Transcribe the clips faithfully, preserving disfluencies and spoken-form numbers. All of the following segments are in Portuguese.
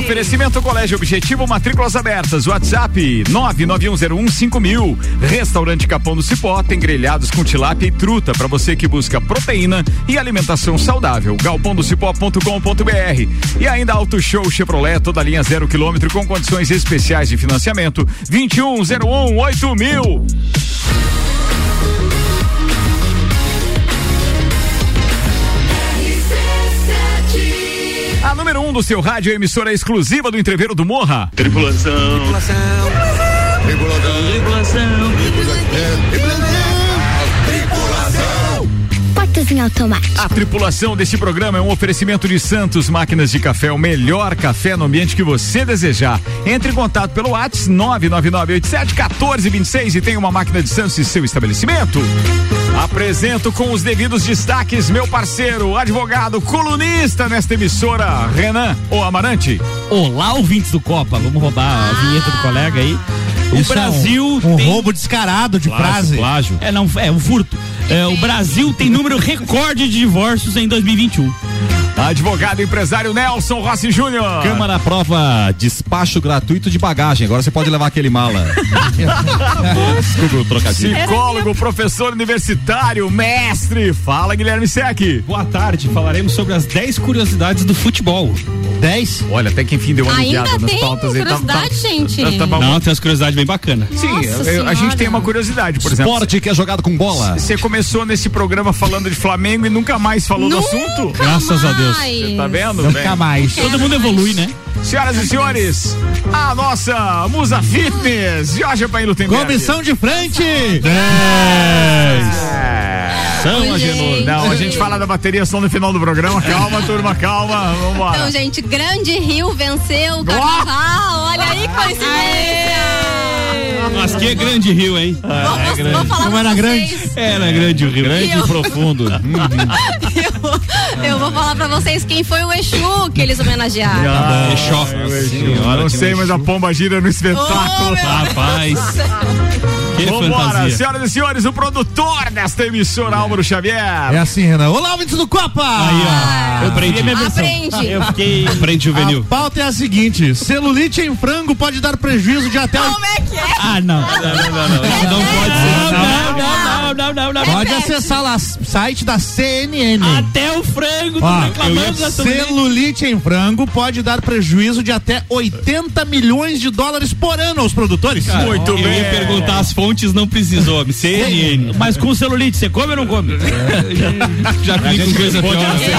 Oferecimento Colégio Objetivo, matrículas abertas. WhatsApp nove nove um zero um cinco mil. Restaurante Capão do Cipó tem grelhados com tilápia e truta para você que busca proteína e alimentação saudável. galpão do cipó ponto com ponto br. E ainda Auto Show Chevrolet, toda linha zero quilômetro com condições especiais de financiamento. vinte e um zero um oito mil. A número um do seu rádio, emissora exclusiva do Entreveiro do Morra. Tripulação. Tripulação. Tripulação. Tripulação. Tripulação. Portas em automático. A tripulação deste programa é um oferecimento de Santos Máquinas de Café, o melhor café no ambiente que você desejar. Entre em contato pelo WhatsApp nove nove nove oito sete um quatro dois seis e tenha uma máquina de Santos em seu estabelecimento. Apresento com os devidos destaques meu parceiro, advogado, colunista nesta emissora, Renan ou Amarante. Olá, ouvintes do Copa, vamos roubar ah. a vinheta do colega aí. O Isso Brasil é um, um tem... roubo descarado de plágio, frase. Plágio. É, não, é um furto. É, o Brasil tem número recorde de divórcios em dois mil e vinte e um. Advogado e empresário Nelson Rossi Júnior. Câmara aprova despacho gratuito de bagagem. Agora você pode levar aquele mala. Desculpa o trocadilho. Psicólogo, professor universitário, mestre. Fala, Guilherme Sec. Boa tarde. Falaremos sobre as dez curiosidades do futebol. dez? Olha, até que enfim deu uma Ainda aliviada nas tem pautas. curiosidade, tá, tá, gente? Tá, tá, tá, Não, tem umas curiosidades bem bacanas. Sim, eu, a gente tem uma curiosidade, por exemplo. Esporte que é jogado com bola. Você começou nesse programa falando de Flamengo e nunca mais falou nunca do assunto? Graças mais. a Deus. Você tá vendo? Nunca mais. Todo mundo evolui, né? Senhoras e senhores, a nossa musa fitness, Jorge Paim Lutemberg. Comissão de frente. dez. São Agenor. Não, a gente fala da bateria só no final do programa. Calma, turma, calma. Vambora. Então, gente, Grande Rio venceu o carnaval. Olha aí, coincidência. Mas que Grande Rio, hein? Vou, vou, grande. vou falar Como pra era vocês. grande? Era grande o Rio. Grande Eu- e profundo. eu, eu vou falar pra vocês quem foi o Exu que eles homenagearam. Ah, Fechou. eu não sei, mas a pomba gira no espetáculo. Oh, meu Rapaz. Que Vambora, fantasia. senhoras e senhores, o produtor desta emissora, Álvaro Xavier. É assim, Renan. Olá, ouvintes do Copa! Aí, ó. Eu aprendi minha versão. Aprende. Eu fiquei. Aprende juvenil. A pauta é a seguinte: celulite em frango pode dar prejuízo de até... Como é que é? Ah, não. Não, não, não, não. Isso não pode ser. Não, não, não, não, não, não. Pode acessar lá, site da C N N. Até o frango Ó, tá reclamando da celulite. celulite em frango pode dar prejuízo de até oitenta milhões de dólares por ano aos produtores. Cara, Muito eu bem. ia perguntar as fontes, não precisou. C N N. Mas com celulite, você come ou não come? Já vi com coisa pior.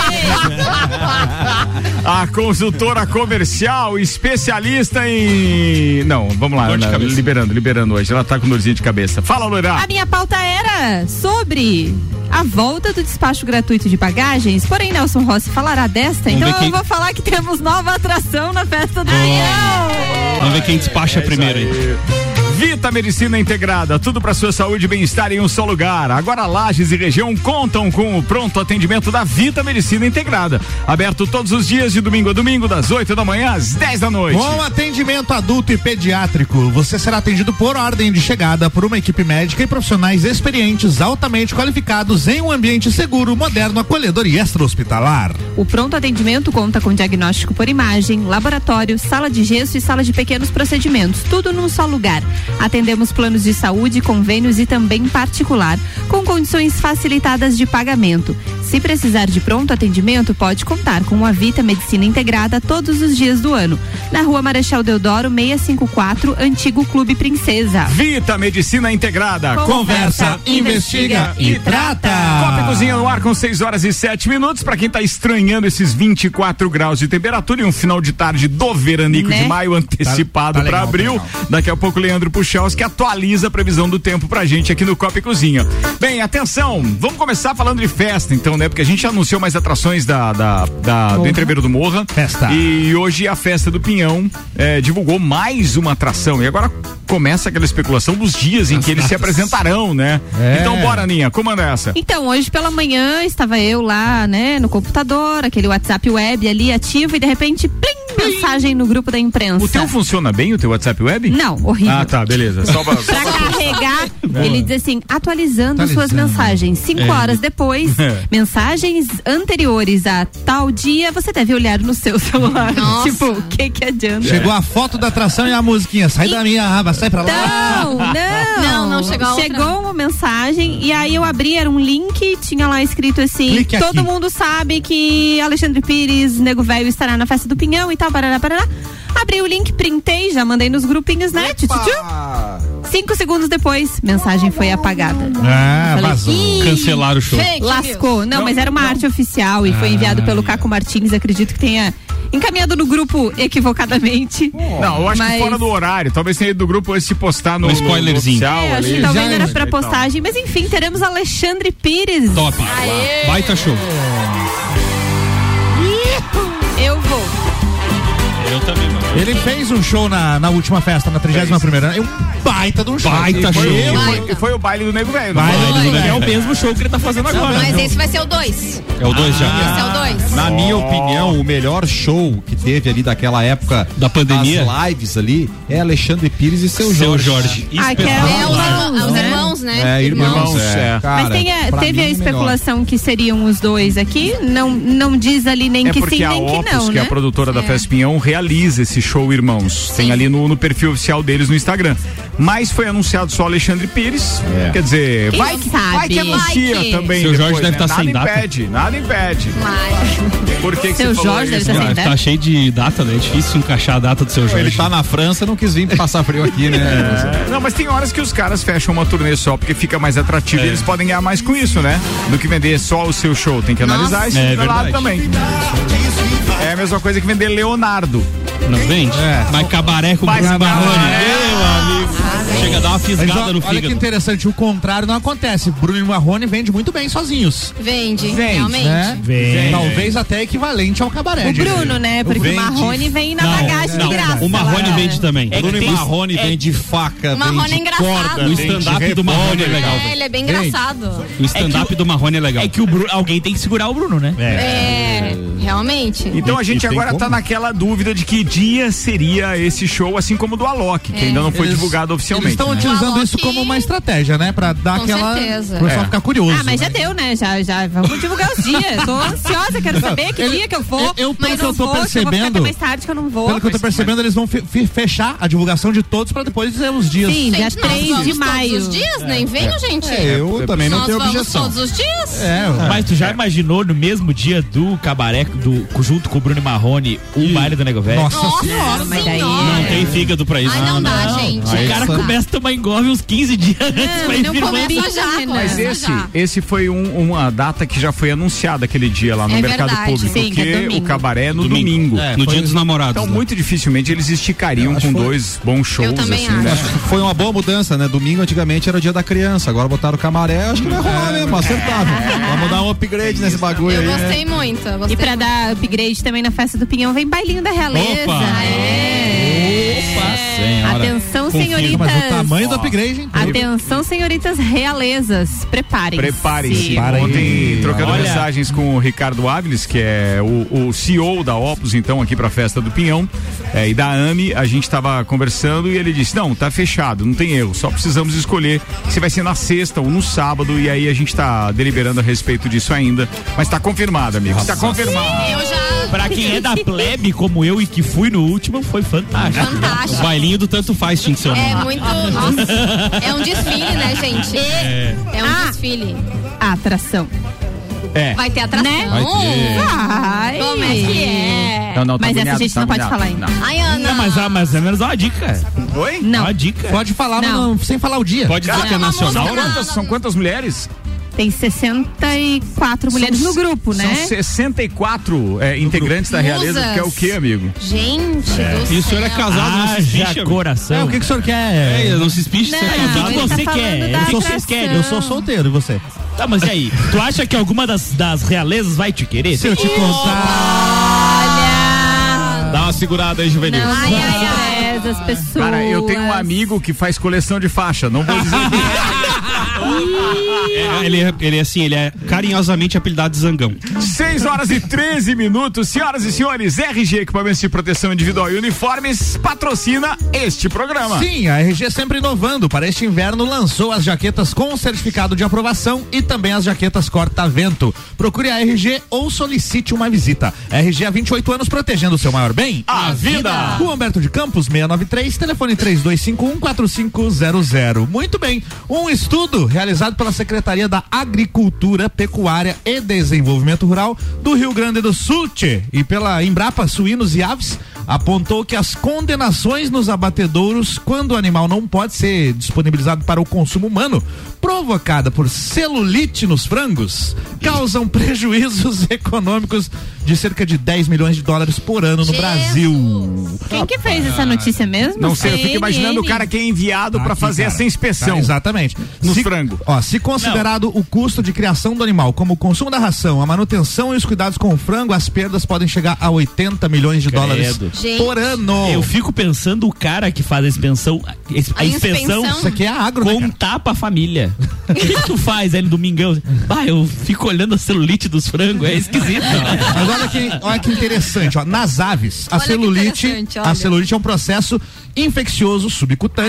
A consultora comercial, especialista em... Não, vamos lá, Dor de Ana, cabeça. liberando, liberando hoje. Ela tá com dorzinha de cabeça. Fala, Loira. A minha pauta era sobre a volta do despacho gratuito de bagagens, porém Nelson Rossi falará desta, Vamos então ver quem- eu vou falar que temos nova atração na festa do Leão. Vamos ver quem despacha primeiro aí. Vita Medicina Integrada, tudo para sua saúde e bem-estar em um só lugar. Agora Lages e região contam com o pronto atendimento da Vita Medicina Integrada. Aberto todos os dias de domingo a domingo, das oito da manhã às dez da noite. Com atendimento adulto e pediátrico, você será atendido por ordem de chegada por uma equipe médica e profissionais experientes, altamente qualificados em um ambiente seguro, moderno, acolhedor e extra-hospitalar. O pronto atendimento conta com diagnóstico por imagem, laboratório, sala de gesso e sala de pequenos procedimentos, tudo num só lugar. Atendemos planos de saúde, convênios e também particular, com condições facilitadas de pagamento. Se precisar de pronto atendimento, pode contar com a Vita Medicina Integrada todos os dias do ano. Na Rua Marechal Deodoro, seiscentos e cinquenta e quatro, Antigo Clube Princesa. Vita Medicina Integrada. Conversa, investiga e trata. Copa e Cozinha no ar com seis horas e sete minutos. Pra quem tá estranhando esses vinte e quatro graus de temperatura e um final de tarde do veranico Né? de maio antecipado Tá- tá pra legal, abril. tá legal. Daqui a pouco o Leandro Puchalski atualiza a previsão do tempo pra gente aqui no Copa e Cozinha. Bem, atenção, vamos começar falando de festa então, né? Porque a gente já anunciou mais atrações da, da, da- do Entreveiro do Morra. Festa. E hoje a Festa do Pinhão eh, divulgou mais uma atração. E agora começa aquela especulação dos dias em que eles se apresentarão, né? É. Então bora, Aninha, comanda essa. Então, hoje pela manhã estava eu lá, né, no computador, aquele WhatsApp web ali ativo e de repente, plim, mensagem no grupo da imprensa. O teu funciona bem, o teu WhatsApp Web? Não, horrível. Ah, tá, beleza. Só pra, só pra carregar, ele diz assim, atualizando, atualizando. suas mensagens. Cinco é. horas depois, é. mensagens anteriores a tal dia, você deve olhar no seu celular. Nossa. Tipo, o que que adianta? Chegou a foto da atração e a musiquinha, sai e... da minha raba, sai pra lá. Não, não. Não, não chegou a outra. Chegou uma mensagem e aí eu abri, era um link, tinha lá escrito assim, clique todo aqui. Mundo sabe que Alexandre Pires, Nego Velho, estará na festa do Pinhão e tal, parará, parará. Abri o link, printei, já mandei nos grupinhos, né? Cinco segundos depois, mensagem foi apagada. Ah, vazou. Cancelaram o show. Lascou. Não, não, mas era uma não. arte oficial e ah. foi enviado pelo Caco Martins, acredito que tenha encaminhado no grupo equivocadamente. Oh. Não, eu acho mas... que fora do horário. Talvez tenha ido do grupo antes de postar no, um spoilerzinho. No oficial. É, acho que talvez era pra postagem, mas enfim, teremos Alexandre Pires. Top. Aê. Baita show. Eu vou. Eu também, mano. Ele fez um show na, na última festa, na trigésima primeira. É um baita de um show. Baita show. Foi, foi, foi o baile do Nego Velho. Baile do Nego Velho. É o mesmo show que ele tá fazendo agora. Mas esse vai ser o dois. É o dois ah, já? Esse é o dois. Na minha opinião, o melhor show que teve ali daquela época da pandemia, das lives ali, é Alexandre Pires e seu, seu Jorge. Jorge. Ah, que é, é os, os irmãos, né? É, irmãos. É. Cara, mas tem a, teve a especulação melhor. Que seriam os dois aqui, não, não diz ali nem é que sim, nem Opus, que não, que né? é a produtora é. da Festa Pinhão, realiza esse show Irmãos. Sim. Tem ali no, no perfil oficial deles no Instagram. Mas foi anunciado só Alexandre Pires. É. Quer dizer, Quem vai, sabe? vai que anuncia vai que... também. Seu Jorge depois, deve né? estar tá sem data. Nada impede, nada impede. Mas... Por que, que seu você Jorge deve estar tá sem data. Tá cheio de data, né? É difícil encaixar a data do seu Jorge. Ele tá na França, não quis vir passar frio aqui, né? É. Não, mas tem horas que os caras fecham uma turnê só porque fica mais atrativo é. e eles podem ganhar mais com isso, né? Do que vender só o seu show. Tem que analisar esse é lado também. É a mesma coisa que vender Leonardo. Não vende? É. Mas cabaré com o Bruno Marrone. Meu amigo. Ah, chega a dar uma fisgada mas, ó, no fígado. Olha que interessante, o contrário não acontece. Bruno e Marrone vende muito bem sozinhos. Vende, vende realmente. Né? Vende. Talvez até equivalente ao cabaré. O Bruno, né? Porque o Marrone vem na não, bagagem não, de graça. O Marrone vende também. É Bruno e Marrone é, vende faca, o Marrone é engraçado. Corda, o stand-up do Marrone é legal. É, ele é bem engraçado. O stand-up é do Marrone é legal. É que o Bruno, alguém tem que segurar o Bruno, né? É, é realmente. Então a gente e agora tá naquela dúvida de que dia seria esse show, assim como o do Alok, que é. ainda não foi eles, eles divulgado oficialmente. Eles estão né? utilizando isso como uma estratégia, né? Pra dar com aquela... certeza. Pro pessoal é. ficar curioso. Ah, mas né? já deu, né? Já, já, vamos divulgar os dias. Tô ansiosa, quero saber que Ele, dia que eu vou. Eu, eu pelo mas que eu tô vou, percebendo... Eu vou ficar mais tarde que eu não vou. Pelo que eu tô percebendo, eles vão fechar a divulgação de todos pra depois dizer os dias. Sim, dia três de maio. Todos os dias, é. nem venham, gente. É, eu é. também não Nós tenho vamos objeção. todos os dias? É, mas tu já imaginou no mesmo dia do cabaré, do, junto com o Bruno Marrone, o e... baile do Nego Velho? Nossa, Nossa senhora, mas daí não tem fígado pra isso. Ai, não, não dá, não. gente. O cara começa a tomar engolve uns quinze dias antes pra ir não começa já, mas esse, esse foi um, uma data que já foi anunciada aquele dia lá no é mercado verdade. público, Sim, porque é o cabaré é no domingo. domingo. É, no dia dos namorados. Então, né? muito dificilmente eles esticariam com foi... dois bons shows. Eu também assim, acho. né? Acho que foi uma boa mudança, né? Domingo antigamente era o dia da criança, agora botaram o camaré, acho que vai rolar mesmo, acertado. Vamos dar um upgrade nesse bagulho eu aí. Eu gostei né? muito. Eu gostei e pra muito. dar upgrade também na festa do Pinhão vem bailinho da realeza. Opa! É. Opa, senhora. Atenção, Confirma, senhoritas. mas o tamanho do upgrade, hein? Atenção, senhoritas realezas. Preparem-se. Preparem-se. Para Ontem, aí. trocando Olha. mensagens com o Ricardo Áviles, que é o, o C E O da Opus, então, aqui pra festa do Pinhão, é, e da A M I, a gente tava conversando e ele disse, não, tá fechado, não tem erro, só precisamos escolher se vai ser na sexta ou no sábado, e aí a gente tá deliberando a respeito disso ainda, mas tá confirmado, amigo, tá confirmado. Eu já... Pra quem é da plebe, como eu e que fui no último, foi fantástico. Fantástico. O bailinho do tanto faz tinha que ser. É muito... Nossa, é um desfile, né, gente? É, é um Ah. desfile. A atração. É. Vai ter atração. Né? Vai ter. Vai. Como é que é? Não, não, tá Mas essa agoniado, gente tá não pode agoniado. falar ainda. Não. Ai, Ana. Não, mas, ah, mas é menos uma dica. Oi? Não. Uma dica. Pode falar, mas Não. não, sem falar o dia. Pode dizer Cara, que é nacional, são né? quantas, são quantas mulheres? Tem sessenta e quatro mulheres São- no grupo, né? São sessenta e quatro é, integrantes da realeza, Musas. que é o que, amigo? Gente do E o senhor é céu. casado, não se Haja espicha. coração. É, o que, que o senhor quer? É, não se espicha, Não, você é O casado. que ele você tá quer? falando Eu da sou atração. Quer, eu sou solteiro, e você? Tá, mas e aí? Tu acha que alguma das, das realezas vai te querer? Se eu te contar... Olha! Dá uma segurada aí, juvenil. Não, Ai, ai, ai. as pessoas. Cara, eu tenho um amigo que faz coleção de faixa, não vou dizer o que é. É, ele, é, ele é assim, ele é carinhosamente apelidado de Zangão. seis horas e treze minutos, senhoras e senhores, R G Equipamentos de Proteção Individual e Uniformes patrocina este programa. Sim, a R G sempre inovando. Para este inverno lançou as jaquetas com certificado de aprovação e também as jaquetas corta-vento. Procure a R G ou solicite uma visita. R G há vinte e oito anos protegendo o seu maior bem, a vida. Rua Humberto de Campos, seiscentos e noventa e três, telefone três dois cinco um quatro cinco zero zero. Muito bem, um estudo realizado pela Secretaria da Agricultura, Pecuária e Desenvolvimento Rural do Rio Grande do Sul tchê, e pela Embrapa Suínos e Aves apontou que as condenações nos abatedouros, quando o animal não pode ser disponibilizado para o consumo humano, provocada por celulite nos frangos, causam prejuízos econômicos de cerca de dez milhões de dólares por ano no Jesus. Brasil. Quem que fez essa notícia mesmo? Não sei, eu fico Ele, imaginando ele. o cara que é enviado para Aqui, fazer cara. essa inspeção. Tá, exatamente. No se, frango. Ó, se considerado o custo de criação do animal como o consumo da ração, a manutenção e os cuidados com o frango, as perdas podem chegar a oitenta milhões de Credo. dólares Gente. por ano. Eu fico pensando o cara que faz a inspeção, a A inspeção, inspeção. Isso aqui é agro, né, cara? contar pra família. O que, que tu faz aí no domingão? Bah, eu fico olhando a celulite dos frangos, é esquisito. Né? Mas olha que, olha que interessante, ó. Nas aves, a Olha que celulite, interessante, olha. a celulite é um processo infeccioso subcutâneo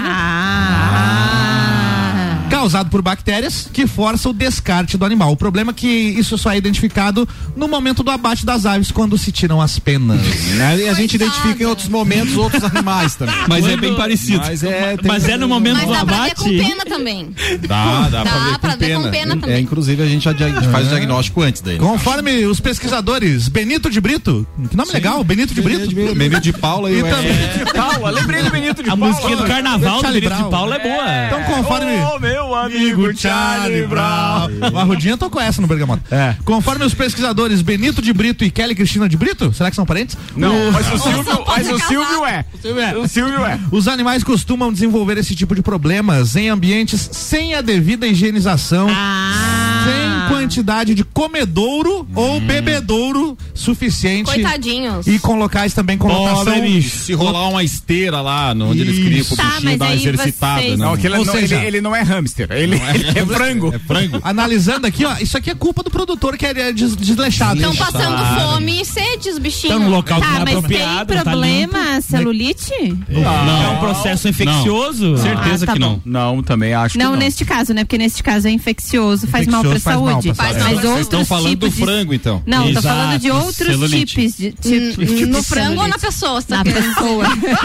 Ah. causado por bactérias que força o descarte do animal. O problema é que isso só é identificado no momento do abate das aves, quando se tiram as penas. Né? E a gente Coitada. identifica em outros momentos outros animais também. Mas é Quando- bem parecido. Mas é, tem- Mas é no momento Mas do dá pra ver abate. com pena também. Dá, dá, Dá pra ver pra com ver pena. com pena É, também. inclusive a gente já dia- faz o diagnóstico antes daí. Conforme os pesquisadores Benito de Brito, que nome legal, Benito de Brito. Benito de Paula e E o também- De Paula, lembrei do Benito de A Paula. musiquinha do carnaval do Charlie Benito de Brown. Paula é boa. Então, conforme. Ô, meu amigo Charlie Brown. O Arrudinha tocou essa no Bergamota. É. Conforme os pesquisadores Benito de Brito e Kelly Cristina de Brito, será que são parentes? Não, O- mas o Silvio, Só pode mas o casar. Silvio é. Silvio é. O Silvio é. Os animais costumam desenvolver esse tipo de problemas em ambientes sem a devida higienização, Ah. sem quantidade de comedouro ou bebedouro suficiente Coitadinhos. e com locais também com lotação. Se rolar uma esteira lá no onde eles criam pro Tá, bichinho mas dar uma aí exercitada. vocês- Né? Não, aquele Ou não, seja- ele, ele não é hamster, ele, ele é frango. É frango. Analisando aqui, ó, isso aqui é culpa do produtor que é des- desleixado. Estão passando fome e sede, os bichinhos. Tá no local que Tá, não é mas tem apropriado, tá problema celulite? Não. É um processo infeccioso? Certeza Ah, tá que não. bom. Não, também acho Não, que não. neste caso, né? Porque neste caso é infeccioso, faz mal pra Infeccioso faz mal saúde. pra saúde. Mas Vocês outros estão falando tipos do de- frango, então. Não, tô Exato, falando de outros celulite. tipos de, tipo, N- tipos No de frango ou na celulite. pessoa? Você tá Na querendo pessoa.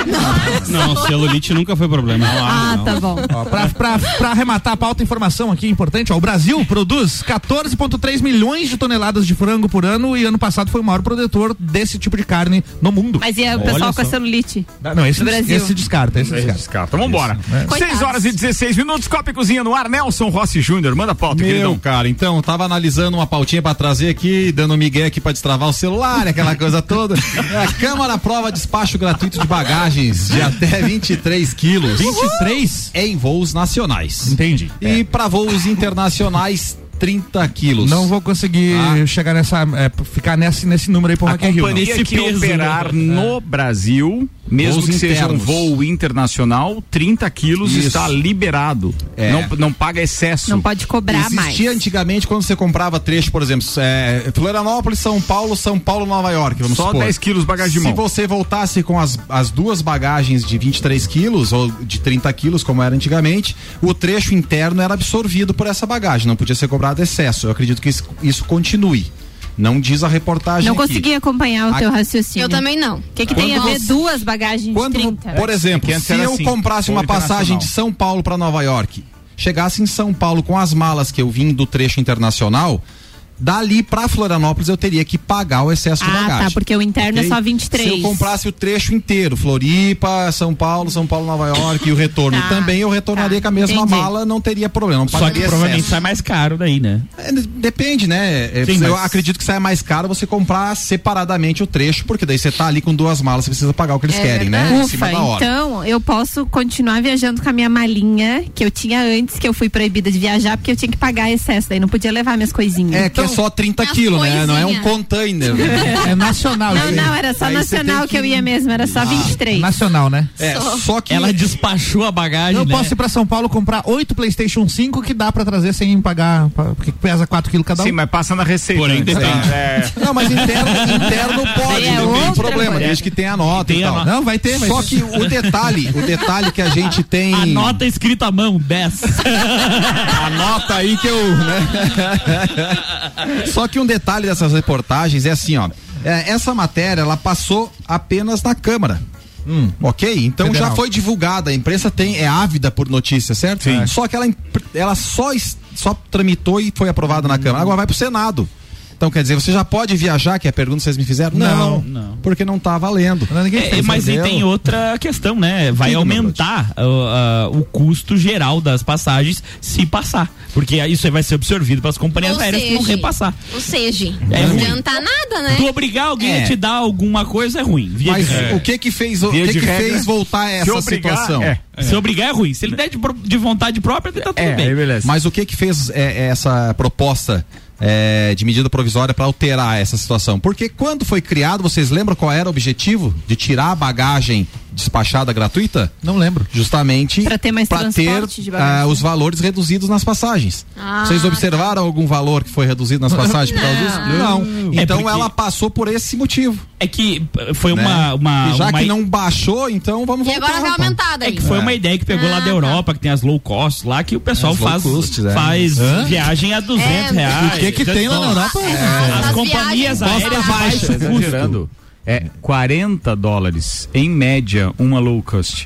Não, celulite nunca foi problema. Ah, tá bom. Ó, pra, pra, pra arrematar a pauta, informação aqui importante, ó, o Brasil produz quatorze vírgula três milhões de toneladas de frango por ano e ano passado foi o maior produtor desse tipo de carne no mundo. Mas e o pessoal com a celulite? Não, esse, No Brasil. esse descarta, esse descarta. Descarta. Vambora. Coitados. seis horas e dezesseis minutos, Copa e Cozinha no ar, Nelson Rossi Júnior. Manda a pauta, Meu, queridão. cara, então, eu tava analisando uma pautinha pra trazer aqui, dando migué aqui pra destravar o celular, aquela coisa toda. É, a Câmara aprova despacho gratuito de bagagens de até vinte e três quilos. vinte e três? Em voos nacionais. Entendi. E pra voos internacionais, trinta quilos. Não vou conseguir Ah. chegar nessa, é, ficar nesse, nesse número aí pro A Rock in Rio. não. companhia Esse que peso, operar né? no Brasil, mesmo Voos que seja um internos. voo internacional, trinta quilos Isso. está liberado. É. Não, não paga excesso. Não pode cobrar mais. Existia antigamente quando você comprava trecho, por exemplo, é, Florianópolis, São Paulo, São Paulo, Nova York, vamos Só supor. dez quilos bagagem de Se mão. você voltasse com as, as duas bagagens de vinte e três quilos ou de trinta quilos, como era antigamente, o trecho interno era absorvido por essa bagagem, não podia ser cobrado excesso. Eu acredito que isso, isso continue. Não diz a reportagem Não aqui. consegui acompanhar o teu Aqui- raciocínio. Eu também não. O que, que tem a ver duas bagagens Quando, de trinta? por exemplo, que antes se era eu assim, comprasse voo uma passagem internacional. de São Paulo para Nova York, chegasse em São Paulo com as malas que eu vim do trecho internacional, dali para Florianópolis eu teria que pagar o excesso de Ah, bagagem. tá, porque o interno Ok? é só vinte e três. Se eu comprasse o trecho inteiro, Floripa, São Paulo, São Paulo, Nova York e o retorno Tá, também, eu retornaria tá, com a mesma entendi. mala, não teria problema. Não Só pagaria que provavelmente excesso. sai mais caro daí, né? É, depende, né? É, Sim, eu mas- acredito que saia mais caro você comprar separadamente o trecho, porque daí você tá ali com duas malas, você precisa pagar o que eles É querem, né? Em cima Ufa, da hora. então eu posso continuar viajando com a minha malinha que eu tinha antes, que eu fui proibida de viajar, porque eu tinha que pagar excesso, daí não podia levar minhas coisinhas. É que Então, só trinta quilos, né? Não é um container. É nacional. Não, não, era só Aí nacional que... que eu ia mesmo, era só vinte e três. Nacional, né? É, só, só que ela despachou a bagagem, eu né? posso ir pra São Paulo comprar oito PlayStation cinco que dá pra trazer sem pagar, porque pesa quatro quilos cada um. Sim, mas passa na receita. Porém, né? é. Não, mas interno, interno pode, É não tem outra problema, coisa. desde que tenha a nota Tem e a tal. nota. Não, vai ter, vai Só ter. que o detalhe, o detalhe que a gente tem... A nota escrita à mão, dez. Anota aí que eu, né? Só que um detalhe dessas reportagens é assim, ó. É, essa matéria, ela passou apenas na Câmara. Hum. Ok? Então Federal. já foi divulgada, a imprensa tem, é ávida por notícia, certo? Sim. Só que ela, ela só, só tramitou e foi aprovada na Câmara. Agora vai pro Senado. Então quer dizer, você já pode viajar, que é a pergunta que vocês me fizeram? Não. Não. Porque não tá valendo. Não, ninguém É, fez, mas aí entendeu? tem outra questão, né? Vai Diga, aumentar uh, uh, o custo geral das passagens se passar. Porque isso aí vai ser absorvido pelas companhias Ou aéreas que vão seja, repassar. Ou seja, É não ruim. adianta nada, né? Tu obrigar alguém É. a te dar alguma coisa é ruim. Via Mas de regra. o que que fez, o Via que de que regra, fez voltar Se essa obrigar, situação? é. Se obrigar é ruim. Se ele der de, pro- de vontade própria, tá tudo É, bem. aí beleza. Mas o que que fez é, essa proposta é, de medida provisória para alterar essa situação? Porque quando foi criado, vocês lembram qual era o objetivo de tirar a bagagem despachada gratuita? Não lembro. Justamente Pra ter mais pra ter transporte de bagagem. ah, os valores reduzidos nas passagens. Ah, Vocês observaram algum valor que foi reduzido nas passagens por causa disso? Não. É Então porque- ela passou por esse motivo. É que uh, foi né? uma. uma e já uma- que não baixou, então vamos E voltar. agora vai rapaz. aumentar É daí. que foi É. uma ideia que pegou lá Ah, da tá. Europa, que tem as low cost lá, que o pessoal As low faz, cost, é. faz Hã? viagem a duzentos É. reais. O que que tem lá na Europa? As, As companhias viagens aéreas baixas. baixam o custo. Exagerando. É quarenta dólares, em média, uma low cost.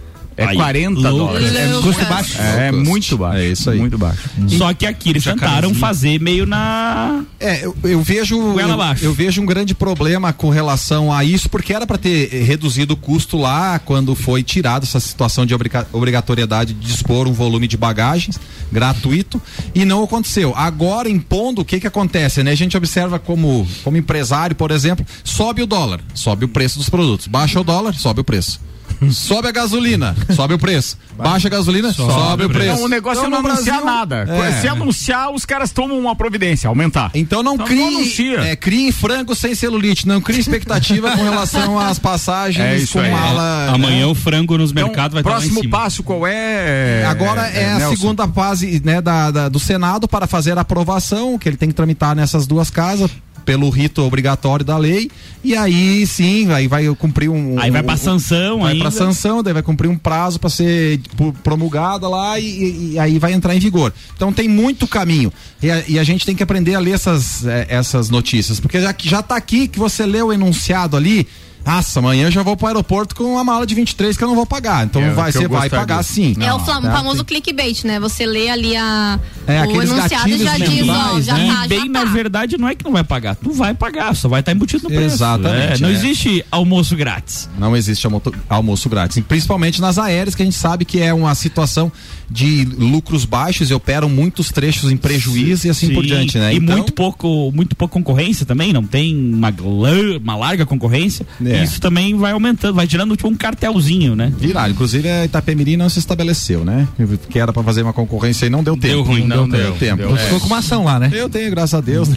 É Aí, quarenta low dólares. cost. É Low custo cost. baixo. É, Low cost. muito baixo. É isso aí. Muito baixo. Só que aqui eles tentaram fazer meio na. É, eu, eu vejo Goela eu, abaixo. eu vejo um grande problema com relação a isso, porque era para ter eh, reduzido o custo lá quando foi tirada essa situação de obriga- obrigatoriedade de dispor um volume de bagagens gratuito e não aconteceu. Agora impondo, o que que acontece, né? A gente observa como como empresário, por exemplo, sobe o dólar, sobe o preço dos produtos, baixa o dólar, sobe o preço. Sobe a gasolina, sobe o preço. Baixa a gasolina, sobe, sobe o preço. Não, o negócio Então, é não no anunciar Brasil, nada. é. Se anunciar, os caras tomam uma providência, aumentar. Então não Então crie, não anuncia. é, criem frango sem celulite, não crie expectativa com relação às passagens É isso com aí. mala. Amanhã o frango nos Então, mercados vai estar lá em próximo cima. passo qual é? Agora é, a Nelson? segunda fase, né, da, da- do Senado para fazer a aprovação, que ele tem que tramitar nessas duas casas pelo rito obrigatório da lei, e aí sim, aí vai cumprir um... Aí vai um- pra sanção vai ainda. pra sanção, daí vai cumprir um prazo para ser pu- promulgada lá e, e- e aí vai entrar em vigor. Então tem muito caminho e a, e a gente tem que aprender a ler essas, eh, essas notícias, porque já que já tá aqui que você lê o enunciado ali, nossa, amanhã eu já vou pro aeroporto com uma mala de vinte e três que eu não vou pagar. Então É, vai, o que eu você vai gostaria. pagar sim. É o flam- tá? famoso clickbait, né? Você lê ali a, É, o aqueles enunciado e já gatilhos diz, ó, mentais, já né? tá, E bem, já na tá. verdade, não é que não vai pagar. Tu vai pagar, só vai estar embutido no preço. Exatamente, É, não é. existe almoço grátis. Não existe almo- almoço grátis, e principalmente nas aéreas, que a gente sabe que é uma situação de lucros baixos e operam muitos trechos em prejuízo e assim Sim, por diante, né? E Então, muito pouco, muito pouco concorrência também, não tem uma, lar- uma larga concorrência. É. Isso também vai aumentando, vai tirando tipo um cartelzinho, né? virar. Inclusive a Itapemirim não se estabeleceu, né? Que era pra fazer uma concorrência e não deu tempo. Deu ruim, não, não deu, deu, tempo. deu. É. Ficou com uma ação lá, né? Eu tenho, graças a Deus, né?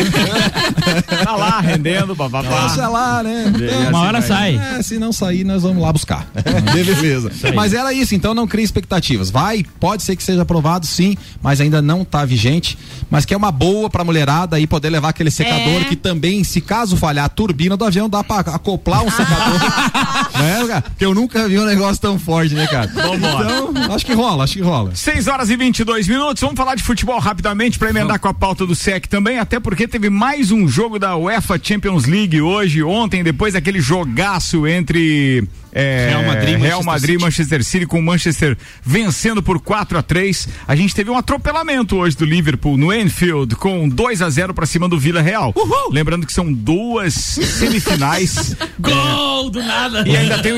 Tá lá rendendo, bababá. Deixa lá, né? assim Uma hora vai. sai. É, se não sair, nós vamos lá buscar. Beleza. Mas era isso, então não crie expectativas. Vai, pode ser que seja aprovado, sim, mas ainda não está vigente. Mas que é uma boa pra mulherada aí poder levar aquele secador É. que também, se caso falhar a turbina do avião, dá pra acoplar um secador. né, cara? Porque eu nunca vi um negócio tão forte, né, cara? Então, acho que rola, acho que rola. seis horas e vinte e dois minutos. Vamos falar de futebol rapidamente para emendar com a pauta do S E C também, até porque teve mais um jogo da UEFA Champions League hoje, ontem, depois daquele jogaço entre é, Real Madrid e Real Manchester Madrid e Manchester City, com o Manchester vencendo por quatro a três. A gente teve um atropelamento hoje do Liverpool no Anfield com dois a zero para cima do Vila Real. Lembrando que são duas semifinais. Gol do nada. E ainda tem o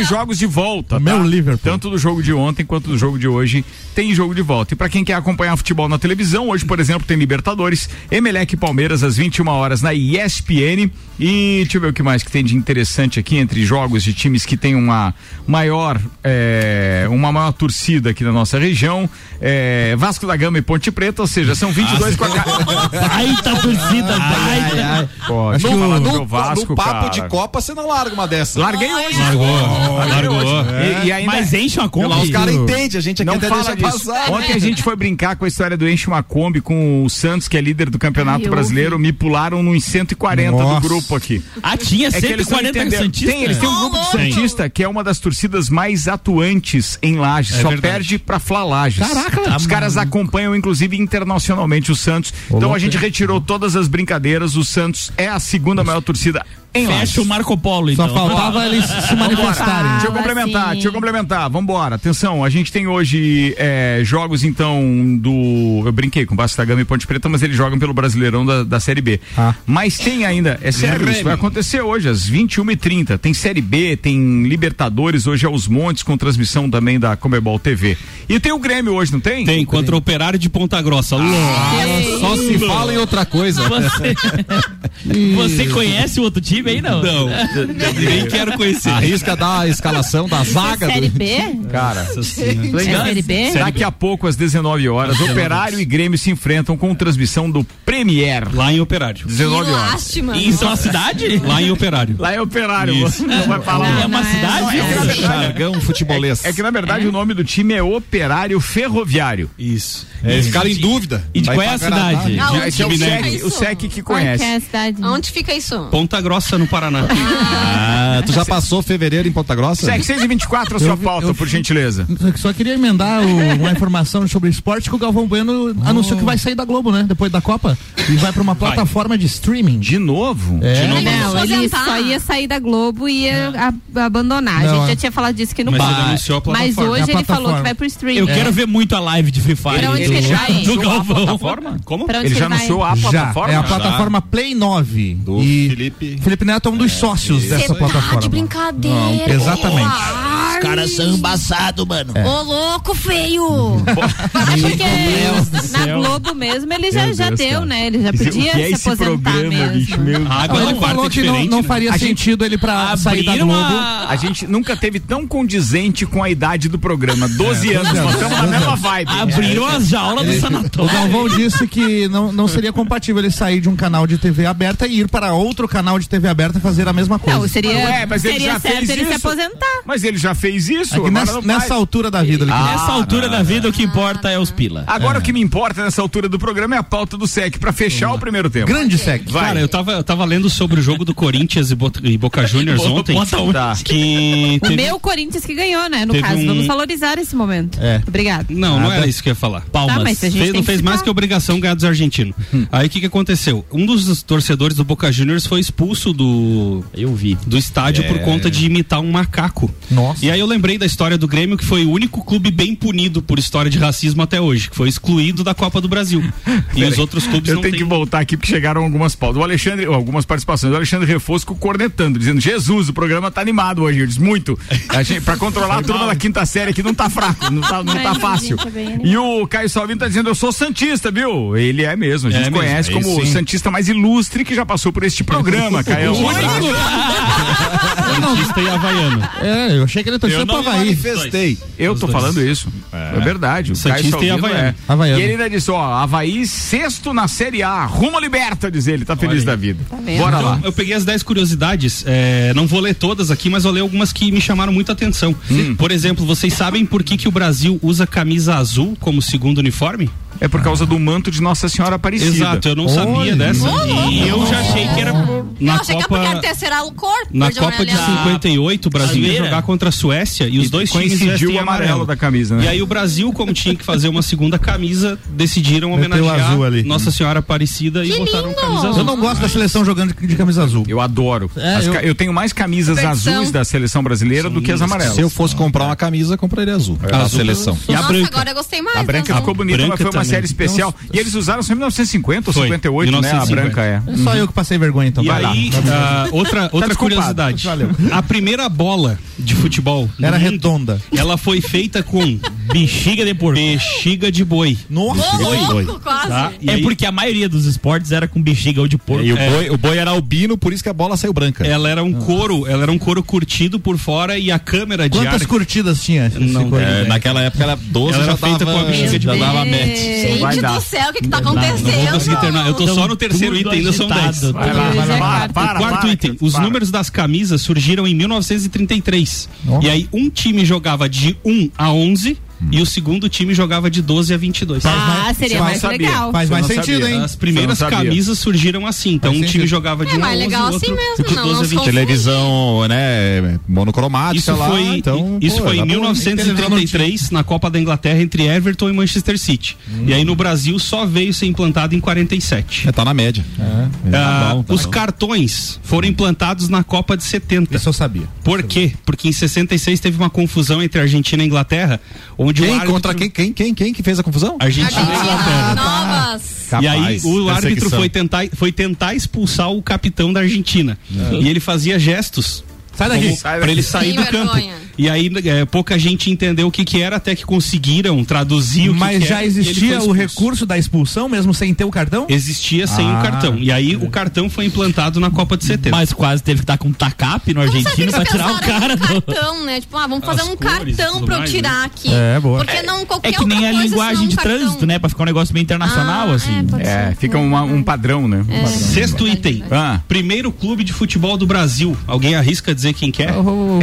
os jogos de volta. Meu tá? Liverpool. Tanto do jogo de ontem quanto do jogo de hoje tem jogo de volta. E pra quem quer acompanhar futebol na televisão, hoje, por exemplo, tem Libertadores, Emelec e Palmeiras às vinte e uma horas na E S P N. E deixa eu ver o que mais que tem de interessante aqui entre jogos de times que tem uma maior, é, uma maior torcida aqui na nossa região. É, Vasco da Gama e Ponte Preta, ou seja, são vinte e dois com a cara. Baita torcida, baita. Pô, No, no, no, no Vasco, no papo cara. de Copa, você não larga uma dessa. Larguei hoje. Largou, largou. E, e ainda Mas enche uma Lá, os Kombi. caras entendem, a gente aqui não até fala deixa disso. passar. Ontem a gente foi brincar com a história do Enche uma Kombi com o Santos, que é líder do Campeonato Ai, eu Brasileiro. Me pularam nos cento e quarenta Nossa. do grupo aqui. Ah, tinha É que cento e eles não quarenta entenderam. Santista? Tem, eles têm um grupo de Tem. Santista que é uma das torcidas mais atuantes em Lages. É Só verdade. perde pra Fla Lages. Caraca, Os caras acompanham, inclusive, internacionalmente o Santos. Então a gente retirou todas as brincadeiras. O Santos é a segunda maior torcida em Lages. Fecha o Marco Polo, então. Só faltava eles se manifestarem. Deixa eu Ah, complementar, sim. deixa eu complementar. Vambora, atenção, a gente tem hoje é, jogos então do. Eu brinquei com Vasco da Gama e Ponte Preta, mas eles jogam pelo Brasileirão da, da Série B. Ah. Mas tem ainda, é sério, isso vai acontecer hoje, às vinte e uma e trinta. Tem Série B, tem Libertadores, hoje é os Montes, com transmissão também da Comebol T V. E tem o Grêmio hoje, não tem? Tem, contra o Operário de Ponta Grossa. Só se fala em outra coisa. Você, você conhece o outro time aí, não? Não, nem quero conhecer. Arrisca dar a escalação da zaga Série do... B? Cara, É Série B? daqui a pouco, às dezenove horas, Operário e Grêmio se enfrentam com transmissão do Premier. Lá em Operário. Que dezenove horas. lástima. Em sua cidade? Lá em Operário. Lá é Operário, Isso. você não vai falar. É uma cidade? É uma cidade. Jargão futebolês. É que na verdade o nome do time é Operário Ferroviário. Isso. É, eles ficaram em dúvida. E de Vai qual é a pra Canadá. cidade? Ah, onde Esse é o fica SEC, isso? o SEC que Qual que conhece. é a cidade? Onde fica isso? Ponta Grossa, no Paraná. Ah, tu já passou fevereiro em Ponta Grossa? SEC seis e vinte e quatro, a sua Eu vi- pauta, eu por vi- gentileza. Só queria emendar o- uma informação sobre esporte que o Galvão Bueno anunciou que vai sair da Globo, né? Depois da Copa. E vai pra uma plataforma de streaming. De novo? É. Não, Ele vai não, ele aposentar. só ia sair da Globo e ia a- abandonar. Não, a gente é. já tinha falado disso aqui no Mas ele bar. anunciou a Mas plataforma. hoje É a ele falou plataforma. que vai pro streaming. Eu quero ver muito a live de Free Fire. Pra onde do- que ele vai? do Anunciou a Galvão. plataforma? Como? Pra onde Ele que já ele vai? anunciou a Já, plataforma? é a plataforma Play nove. Do e Felipe. Felipe Neto é um dos sócios dessa Você tá plataforma. de brincadeira. Exatamente. Ai. Os caras são embaçados, mano. Ô, louco, feio. É porque na céu. Globo mesmo ele já, Meu já Deus, deu, cara. né? Ele já Esse- podia o que é se esse aposentar programa, mesmo. bicho? Meu A água da Ele quarta falou é que não, diferente, não né? faria A gente- sentido ele pra sair da Abriram Globo. a... A gente nunca teve tão condizente com a idade do programa. doze anos, nós estamos na mesma vibe. Abriram as jaulas do O sanatório. Galvão disse que não, não seria compatível ele sair de um canal de T V aberta e ir para outro canal de T V aberta fazer a mesma coisa. Não, seria, Ué, mas ele seria já certo fez ele se isso. aposentar. Mas ele já fez isso. É que agora nessa, não nessa faz. altura da vida ele quer. Nessa altura da vida, o que importa é os pila. Agora o que me importa nessa altura do programa é a pauta do S E C pra fechar o primeiro tempo. Grande sec. Vai. Cara, eu tava, eu tava lendo sobre o jogo do Corinthians e, Bo- e Boca Juniors ontem. Bota um- Tá. Que O teve- meu Corinthians que ganhou, né? No teve caso, um- vamos valorizar esse momento. É. Obrigado. Não, não era isso que eu ia falar. Palmas. Tá, mas a gente Fez, tem não que fez mais ficar. que obrigação ganhar dos argentinos. Aí o que que aconteceu? Um dos torcedores do Boca Juniors foi expulso do, Eu vi. do estádio por conta de imitar um macaco. Nossa. E aí eu lembrei da história do Grêmio, que foi o único clube bem punido por história de racismo até hoje, que foi excluído da Copa do Brasil. E os outros clubes Eu não tenho têm. que voltar aqui porque chegaram algumas pautas. O Alexandre, algumas participações. O Alexandre Refosco cornetando, dizendo: Jesus, o programa tá animado hoje. Eu disse: muito. A gente, pra controlar a turma da quinta série aqui não tá fraco, não tá, não tá Ai, fácil. gente, é bem animado. E o Caio Salvino tá dizendo: eu sou santista, viu? Ele é mesmo. A gente É mesmo, conhece aí como o sim. santista mais ilustre que já passou por este programa, Caio. Um abraço. Santista e havaiano. É, eu achei que ele torcia pro Havaí. Manifestei. Eu tô falando isso. É, verdade. O Santista Caio e Salvino havaiano. é. Havaiano. E ele ainda disse: ó, Havaí sexto na Série A, rumo à liberta, diz ele. Tá feliz da vida. vendo? Bora lá. Então, eu peguei as dez curiosidades, é, não vou ler todas aqui, mas vou ler algumas que me chamaram muita atenção. Por exemplo, vocês sabem por que, que o Brasil usa camisa azul como segundo uniforme? É por causa do manto de Nossa Senhora Aparecida. Exato, eu não Olha. sabia dessa. E eu já achei que era na eu achei que é porque era Copa. terceira cor. Na por Copa de jornalista. cinquenta e oito, o Brasil ia Caveira. jogar contra a Suécia e os dois times coincidiu vestem o amarelo da camisa, né? E aí o Brasil, como tinha que fazer uma segunda camisa, decidiram Meteu homenagear azul ali. Nossa Senhora Aparecida Que e botaram lindo! camisa azul. Eu não gosto da seleção jogando de, de camisa azul. Eu adoro. É, As eu- ca- eu... tenho mais camisas Competição. azuis da seleção brasileira do que as amarelas. Se eu fosse comprar uma camisa, compraria azul. A Azul. seleção. E a Nossa, branca? agora eu gostei mais. A branca azul. ficou bonita, Branca mas foi uma uma série especial. Então, e eles usaram só em mil novecentos e cinquenta ou cinquenta e oito, né? A branca é. É só eu que passei vergonha, então. E Vai aí, lá. uh, outra, outra tá curiosidade. Valeu. A primeira bola de futebol era mundo, redonda. Ela foi feita com bexiga de porco. Bexiga de boi. Nossa, Ô, louco, quase. Tá? E é aí, porque a maioria dos esportes era com bexiga ou de porco. E o, É. boi, o boi era albino, por isso que a bola saiu branca. ela era um couro, ela era um couro curtido por fora e a câmera de Quantas ar. curtidas tinha? esse Não, couro? É, naquela época era doze, Ela já era feita dava, com a bexiga de já boi. dava match. Gente vai dar. do céu, o que que tá Não vou acontecendo? conseguir terminar. Eu tô só no terceiro tudo item, ainda são dez. agitado. Vai lá, vai lá, para, para, Quarto para, item, para. os números das camisas surgiram em mil novecentos e trinta e três. Nossa. E aí um time jogava de um a onze e o segundo time jogava de doze a vinte e dois. Ah, seria Você mais não sabia. legal. Faz Você mais não sentido, sabia. hein? As primeiras Você não sabia. camisas surgiram assim. Então Faz um time sentido. jogava de É um a mais onze legal o outro assim mesmo, de não, doze a não vinte. se Televisão, né, monocromática Isso lá, foi, então, isso pô, foi em era bom. mil novecentos e trinta e três, na Copa da Inglaterra, entre Everton e Manchester City. Hum. E aí no Brasil só veio ser implantado em quarenta e sete. É, tá na média. É, Ah, tá bom, tá os bom. cartões foram implantados na Copa de setenta. Isso eu sabia. Por quê? Porque em sessenta e seis teve uma confusão entre Argentina e Inglaterra, onde o Quem árbitro... contra quem, quem, quem, quem que fez a confusão? Argentina e Inglaterra. Novas. E aí Capaz, o árbitro perseguição. foi tentar, foi tentar expulsar o capitão da Argentina. E ele fazia gestos Sai daqui. para ele sair Sem do campo. vergonha. E aí é, pouca gente entendeu o que que era, até que conseguiram traduzir o que Mas que já era, e ele existia foi o expulso. recurso da expulsão, mesmo sem ter o cartão? Existia sem Ah, o cartão. E aí o cartão foi implantado na Copa de setenta. Mas quase teve que estar com um tacape no Como sabe argentino que pra eles tirar o pensaram cara no do... cartão, né? Tipo, ah, vamos fazer As um cores e cartão tudo pra eu mais, tirar né? aqui. É, boa. Porque não qualquer É que nem outra a coisa, linguagem senão de um cartão. trânsito, né? Pra ficar um negócio meio internacional, Ah, assim. é, pode É, ser. fica uma- um padrão, né? É. Sexto item. Ah. Primeiro clube de futebol do Brasil. Alguém arrisca dizer quem quer?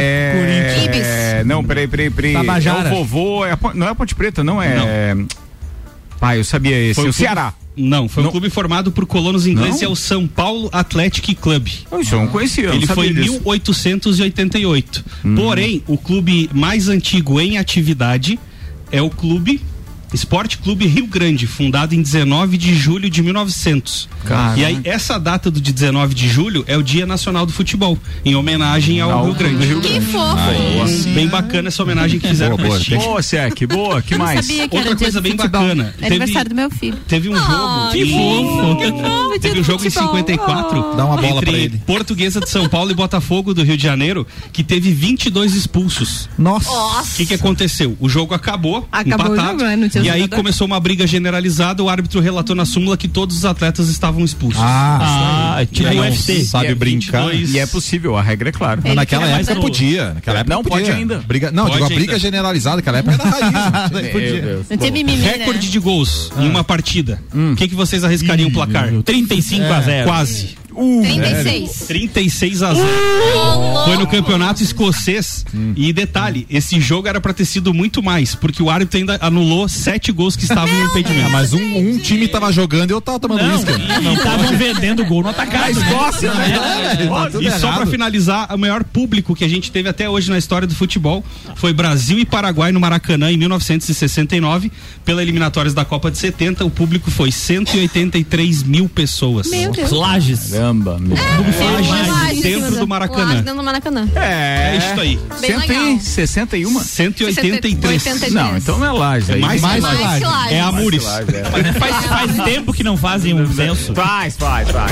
É, Ibis. não, peraí, peraí, peraí. Tabajara. É o vovô, é a Pon- não é a Ponte Preta, não é. Pai, eu sabia esse. Foi o o clube- Ceará. Não, foi Não. um clube formado por colonos ingleses Não? e é o São Paulo Athletic Club. Isso eu não conhecia. eu Ele não foi sabia em disso. mil oitocentos e oitenta e oito. Hum. Porém, o clube mais antigo em atividade é o clube Esporte Clube Rio Grande, fundado em dezenove de julho de mil e novecentos. Caraca. E aí, essa data do de dezenove de julho é o Dia Nacional do Futebol, em homenagem ao Ao Rio Grande. Rio Que fofo. Hum, Bem bacana essa homenagem que fizeram Boa, pra boa. esse time. Boa, Sec, boa, que Eu não mais? sabia que Outra era dia coisa do bem futebol. bacana, É teve- aniversário do meu filho. Teve um jogo. Ah, que que fofo! que fofo, dia Teve do um jogo em futebol. cinquenta e quatro. Dá uma bola entre pra ele. Portuguesa de São Paulo e Botafogo do Rio de Janeiro, que teve vinte e dois expulsos. Nossa. O que que aconteceu? O jogo acabou, Acabou o empatado, jogo, né? Não tinha e aí jogador. começou uma briga generalizada, o árbitro relatou na súmula que todos os atletas estavam expulsos. Ah, Ah, tipo E aí, o U F C. sabe e é brincar. vinte e dois E é possível, a regra é clara. Ele Naquela quer época mais no- podia. Naquela época Não, pode podia. ainda. Briga, não, Pode digo a ainda. briga generalizada, naquela época era raiz. Meu Deus. Não tinha mimimi, né? Recorde de gols em uma partida. O que que vocês arriscariam o placar? trinta e cinco a zero. Quase. trinta e seis. trinta e seis a zero. Foi no campeonato escocês. E detalhe, esse jogo era pra ter sido muito mais, porque o árbitro ainda anulou sete gols que estavam no impedimento. Ah, mas um, um time tava jogando e eu tava tomando Não, uísque. e estavam vendendo gol no atacado. né? Escócia, né? Tá tudo E só errado. pra finalizar, o maior público que a gente teve até hoje na história do futebol foi Brasil e Paraguai no Maracanã em mil novecentos e sessenta e nove, pela eliminatórias da Copa de setenta. O público foi cento e oitenta e três mil pessoas. Meu Deus. Lages. Caramba, meu. Lages dentro do Maracanã. Lages dentro do Maracanã. É isso aí. Bem cento legal. e sessenta e um? cento e oitenta e três. oitenta e três. Não, então não é Lages. É aí. mais, Mais mais, que Mais que Lages. Lages. É Amures. Lages, é. Faz, faz tempo que não fazem um censo. Faz, faz, faz.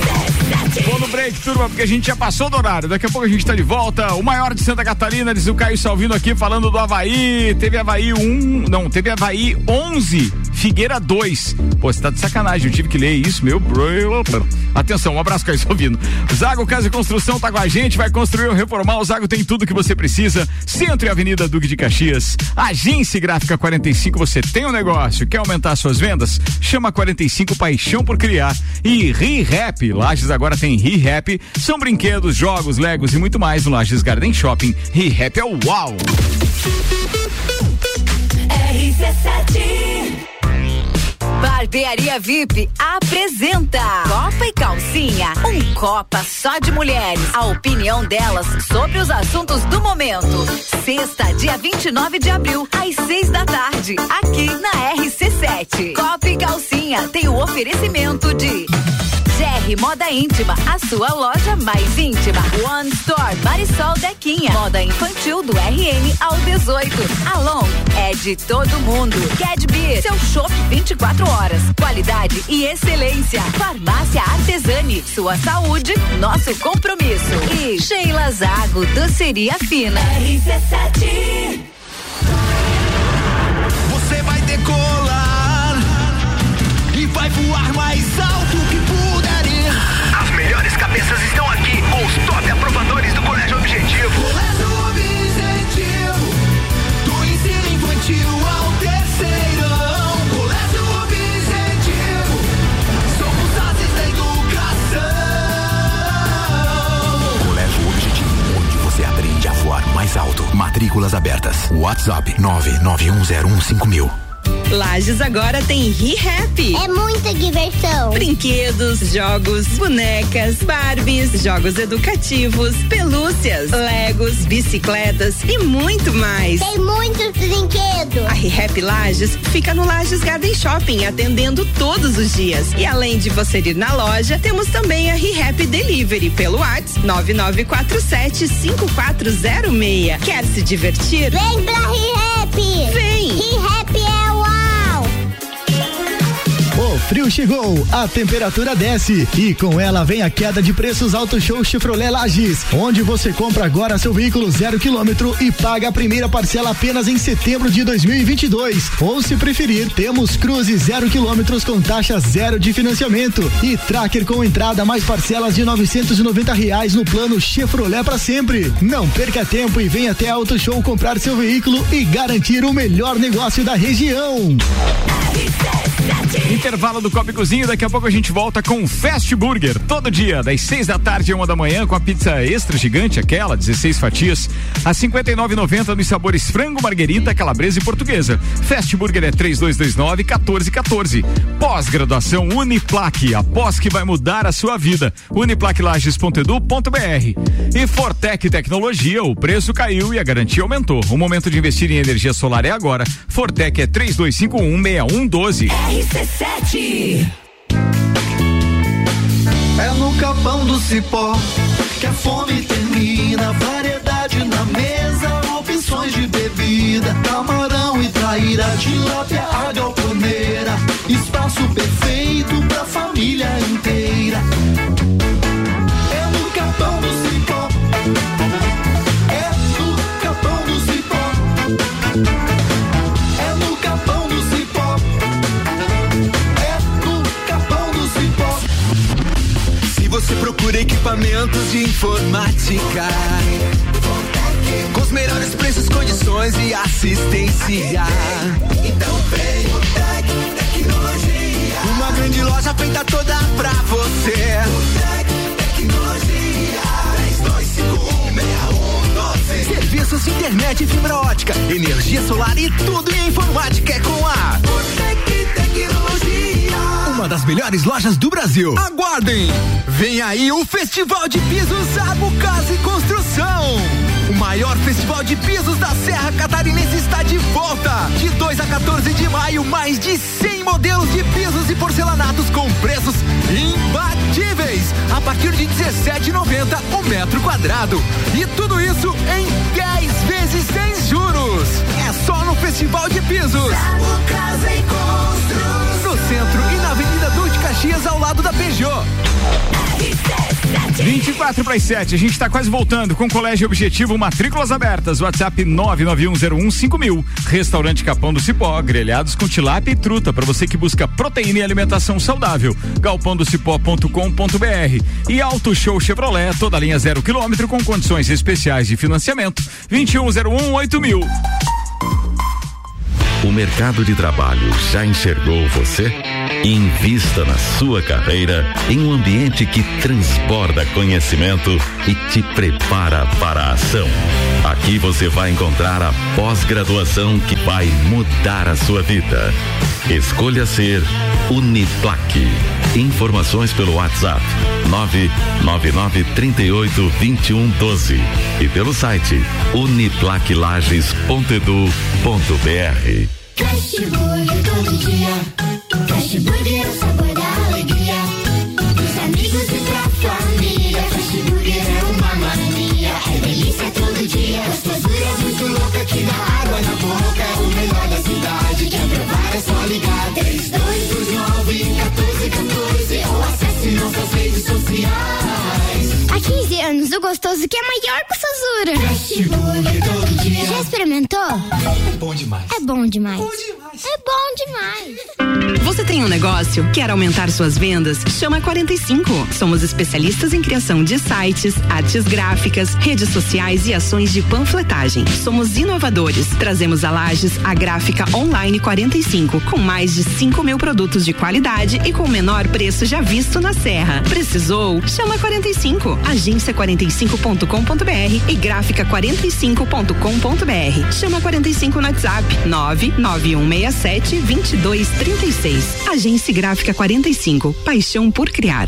Vou no break, turma, porque a gente já passou do horário. Daqui a pouco a gente tá de volta. O maior de Santa Catarina, diz o Caio Salvino aqui, falando do Avaí. Teve Avaí um, não, teve Avaí onze, Figueira dois. Pô, você tá de sacanagem, eu tive que ler isso, meu bro. Atenção, um abraço, Caio Salvino. Zago Casa e Construção tá com a gente, vai construir ou reformar. O Zago tem tudo que você precisa. Centro e Avenida Duque de Caxias. Agência Gráfica quarenta e cinco, você tem um negócio, quer aumentar suas vendas? Chama quarenta e cinco, paixão por criar. E ReHap, Lages agora tem ReHap, são brinquedos, jogos, legos e muito mais no Lages Garden Shopping. ReHap é o uau! R C sete Barbearia V I P apresenta Copa e Calcinha, um Copa só de mulheres. A opinião delas sobre os assuntos do momento. Sexta, dia vinte e nove de abril, às seis da tarde, aqui na R C sete. Copa e Calcinha tem o oferecimento de G R Moda Íntima, a sua loja mais íntima. One Store, Marisol Dequinha. Moda infantil do R N ao dezoito. Alon é de todo mundo. Cadbeer, seu chopp vinte e quatro horas. Qualidade e excelência. Farmácia Artesani, sua saúde, nosso compromisso. E Sheila Zago, doceria fina. R C sete. Você vai decolar e vai voar mais alto que puder ir. As melhores cabeças estão aqui com os top aprovadores do Colégio Objetivo. Colégio Objetivo, do ensino infantil ao terceirão. Colégio Objetivo, somos ases da educação. Colégio Objetivo, onde você aprende a voar mais alto. Matrículas abertas. WhatsApp nove nove um zero um cinco mil. Lages agora tem ReHap. É muita diversão. Brinquedos, jogos, bonecas, Barbies, jogos educativos, pelúcias, Legos, bicicletas e muito mais. Tem muitos brinquedos. A ReHap Lages fica no Lages Garden Shopping, atendendo todos os dias. E além de você ir na loja, temos também a ReHap Delivery pelo WhatsApp nove nove quatro sete cinco quatro zero seis. Quer se divertir? Vem pra ReHap. Vem. ReHap é uau. O frio chegou, a temperatura desce e com ela vem a queda de preços Auto Show Chevrolet Lages, onde você compra agora seu veículo zero quilômetro e paga a primeira parcela apenas em setembro de dois mil e vinte e dois. Ou se preferir, temos Cruze zero quilômetros com taxa zero de financiamento e Tracker com entrada mais parcelas de novecentos e noventa reais no plano Chevrolet para sempre. Não perca tempo e venha até a Auto Show comprar seu veículo e garantir o melhor negócio da região. Intervalo do Copa e Cozinha, daqui a pouco a gente volta com Fast Burger, todo dia, das seis da tarde a uma da manhã, com a pizza extra gigante, aquela, dezesseis fatias, a cinquenta e nove e noventa nos sabores frango, marguerita, calabresa e portuguesa. Fast Burger é três dois dois nove, um quatro um quatro. Pós-graduação Uniplaque, a pós que vai mudar a sua vida. uniplaquilages ponto edu ponto br. E Fortec Tecnologia, o preço caiu e a garantia aumentou. O momento de investir em energia solar é agora. Fortec é três dois cinco um, seis um um doze. R C sete. É no Capão do Cipó que a fome termina. Variedade na mesa, opções de bebida, camarão e traíra, tilápia, a galponeira. Espaço perfeito pra família inteira. É no Capão do Cipó. É no Capão do Cipó. É no Capão do Cipó. Se você procura equipamentos de informática com os melhores preços, condições e assistência, então vem o Tec Tecnologia. Uma grande loja feita toda pra você. O Tec Tecnologia. três dois cinco um, seis um um doze. Serviços de internet e fibra ótica, energia solar e tudo em informática é com a O Tec Tecnologia. Uma das melhores lojas do Brasil. Aguardem! Vem aí o Festival de Pisos Zago Casa e Construção. O maior festival de pisos da Serra Catarinense está de volta. De dois a quatorze de maio, mais de cem modelos de pisos e porcelanatos com preços imbatíveis. A partir de dezessete reais e noventa centavos o metro quadrado. E tudo isso em dez vezes sem juros. É só no Festival de Pisos. Zago Casa e Construção. No centro e na Avenida Duque Caxias, ao lado da Peugeot. vinte e quatro para as sete, a gente está quase voltando com o Colégio Objetivo, matrículas abertas. WhatsApp nove nove um zero um cinco mil. Restaurante Capão do Cipó, grelhados com tilápia e truta para você que busca proteína e alimentação saudável. galpão do cipó ponto com ponto br. E Auto Show Chevrolet, toda linha zero quilômetro com condições especiais de financiamento. vinte e um zero um oito mil. O mercado de trabalho já enxergou você? Invista na sua carreira em um ambiente que transborda conhecimento e te prepara para a ação. Aqui você vai encontrar a pós-graduação que vai mudar a sua vida. Escolha ser Uniplaque. Informações pelo WhatsApp nove nove nove três oito dois um um doze e pelo site uniplaquilages ponto edu ponto br. Fast Burger todo dia. Fast Burger é o sabor da alegria. Dos amigos nossas redes sociais. Há quinze anos, o gostoso que é maior que o Sazura. Fast Burger todo dia. Já experimentou? É bom demais. É bom demais. Bom demais. É bom demais. Você tem um negócio? Quer aumentar suas vendas? Chama quarenta e cinco. Somos especialistas em criação de sites, artes gráficas, redes sociais e ações de panfletagem. Somos inovadores. Trazemos a Lages a gráfica online quarenta e cinco, com mais de cinco mil produtos de qualidade e com o menor preço já visto na Serra. Precisou? Chama quarenta e cinco. Agência quarenta e cinco ponto com ponto br e gráfica quarenta e cinco ponto com ponto br. Chama quarenta e cinco no WhatsApp nove nove um seis sete, dois dois três seis. Agência Gráfica quarenta e cinco. Paixão por criar.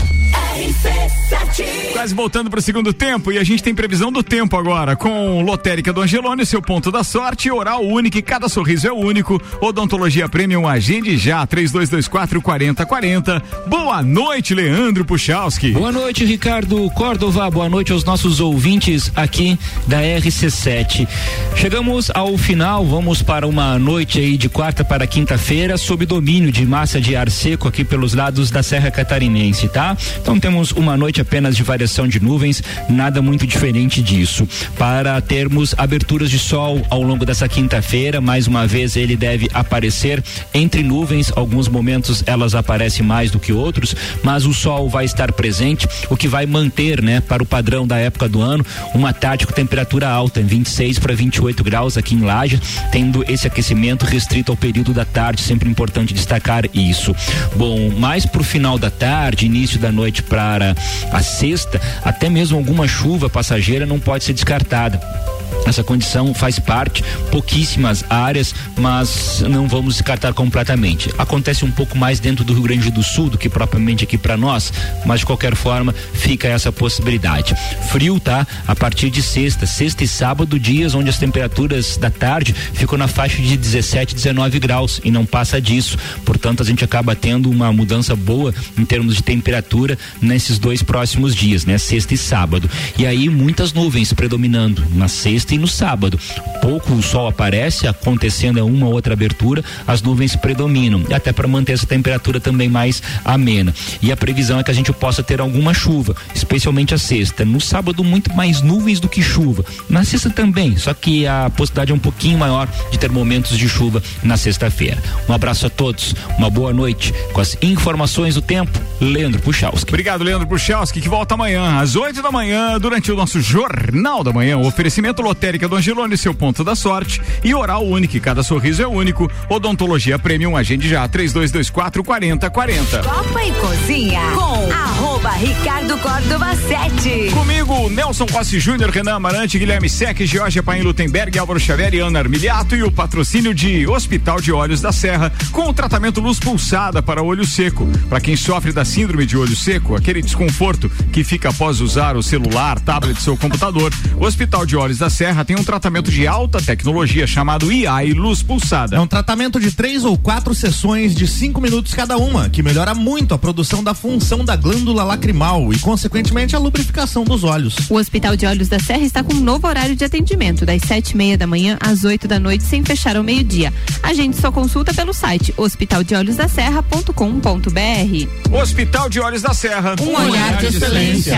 Quase voltando para o segundo tempo e a gente tem previsão do tempo agora com Lotérica do Angelone, seu ponto da sorte, Oral Único, cada sorriso é único, Odontologia Premium, agende já, três dois dois quatro, quatro zero quatro zero. Boa noite, Leandro Puchalski. Boa noite, Ricardo Córdova, boa noite aos nossos ouvintes aqui da R C sete. Chegamos ao final, vamos para uma noite aí de quarta para quinta-feira, sob domínio de massa de ar seco aqui pelos lados da Serra Catarinense, tá? Então temos uma noite apenas de variação de nuvens, nada muito diferente disso. Para termos aberturas de sol ao longo dessa quinta-feira, mais uma vez ele deve aparecer entre nuvens, alguns momentos elas aparecem mais do que outros, mas o sol vai estar presente, o que vai manter, né, para o padrão da época do ano, uma tarde com temperatura alta, em vinte e seis para vinte e oito graus aqui em Lages, tendo esse aquecimento restrito ao período da tarde, sempre importante destacar isso. Bom, mais pro final da tarde, início da noite para a sexta, até mesmo alguma chuva passageira não pode ser descartada. Essa condição faz parte, pouquíssimas áreas, mas não vamos descartar completamente. Acontece um pouco mais dentro do Rio Grande do Sul do que propriamente aqui para nós, mas de qualquer forma fica essa possibilidade. Frio, tá? A partir de sexta, sexta e sábado, dias onde as temperaturas da tarde ficam na faixa de dezessete, dezenove graus e não passa disso. Portanto, a gente acaba tendo uma mudança boa em termos de temperatura nesses dois próximos dias, né? Sexta e sábado. E aí muitas nuvens predominando na sexta e no sábado. Pouco o sol aparece, acontecendo uma ou outra abertura, as nuvens predominam, até para manter essa temperatura também mais amena. E a previsão é que a gente possa ter alguma chuva, especialmente a sexta. No sábado, muito mais nuvens do que chuva. Na sexta também, só que a possibilidade é um pouquinho maior de ter momentos de chuva na sexta-feira. Um abraço a todos, uma boa noite. Com as informações do tempo, Leandro Puchalski. Obrigado, Leandro Puchalski, que volta amanhã às oito da manhã, durante o nosso Jornal da Manhã. O oferecimento Lotérica do Angelone, seu ponto da sorte, e Oral Único, cada sorriso é único. Odontologia Premium, agende já, três dois dois quatro, quatro zero quatro zero. Copa e Cozinha com arroba Ricardo Córdova sete. Comigo, Nelson Rossi Júnior, Renan Amarante, Guilherme Sec, Georgia Paim Lutemberg, Álvaro Xavier e Ana Armiliato, e o patrocínio de Hospital de Olhos da Serra, com o tratamento luz pulsada para olho seco. Para quem sofre da síndrome de olho seco, aquele desconforto que fica após usar o celular, tablet ou computador, o Hospital de Olhos da Serra tem um tratamento de alta tecnologia chamado I A I Luz Pulsada. É um tratamento de três ou quatro sessões de cinco minutos cada uma, que melhora muito a produção da função da glândula lacrimal e, consequentemente, a lubrificação dos olhos. O Hospital de Olhos da Serra está com um novo horário de atendimento, das sete e meia da manhã às oito da noite, sem fechar ao meio-dia. Agende sua consulta pelo site hospital de olhos da serra ponto com ponto br. Hospital de Olhos da Serra. Um, um olhar de excelência.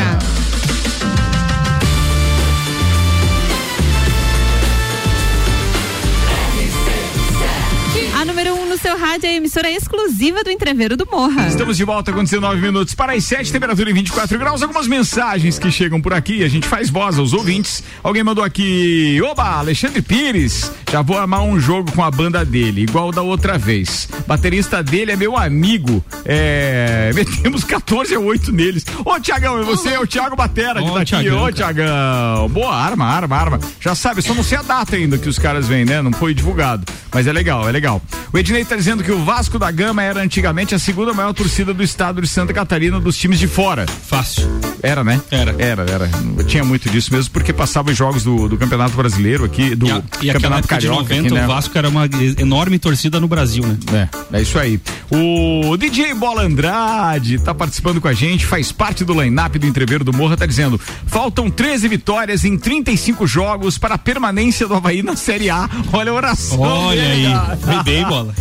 A número um no seu rádio é a emissora exclusiva do Entreveiro do Morra. Estamos de volta com dezenove minutos para as sete, temperatura em vinte e quatro graus. Algumas mensagens que chegam por aqui, a gente faz voz aos ouvintes. Alguém mandou aqui: oba, Alexandre Pires, já vou armar um jogo com a banda dele, igual da outra vez. Baterista dele é meu amigo. É. Metemos quatorze a oito neles. Ô, Tiagão, você é o Thiago Batera que Ô, tá aqui. Thiagão, Ô, Tiagão. Boa arma, arma, arma. Já sabe, só não sei a data ainda que os caras vêm, né? Não foi divulgado. Mas é legal, é legal. O Ednei tá dizendo que o Vasco da Gama era antigamente a segunda maior torcida do estado de Santa Catarina dos times de fora. Fácil. Era, né? Era. Era, era. Tinha muito disso mesmo, porque passava os jogos do, do Campeonato Brasileiro aqui, do e a, e Campeonato Carioca. De noventa, aqui, né? O Vasco era uma enorme torcida no Brasil, né? É, é isso aí. O D J Bola Andrade tá participando com a gente, faz parte do line-up do Entreveiro do Morra, tá dizendo: faltam treze vitórias em trinta e cinco jogos para a permanência do Avaí na Série A. Olha a oração. Olha dele, aí. Foi bem, Bola. Foi com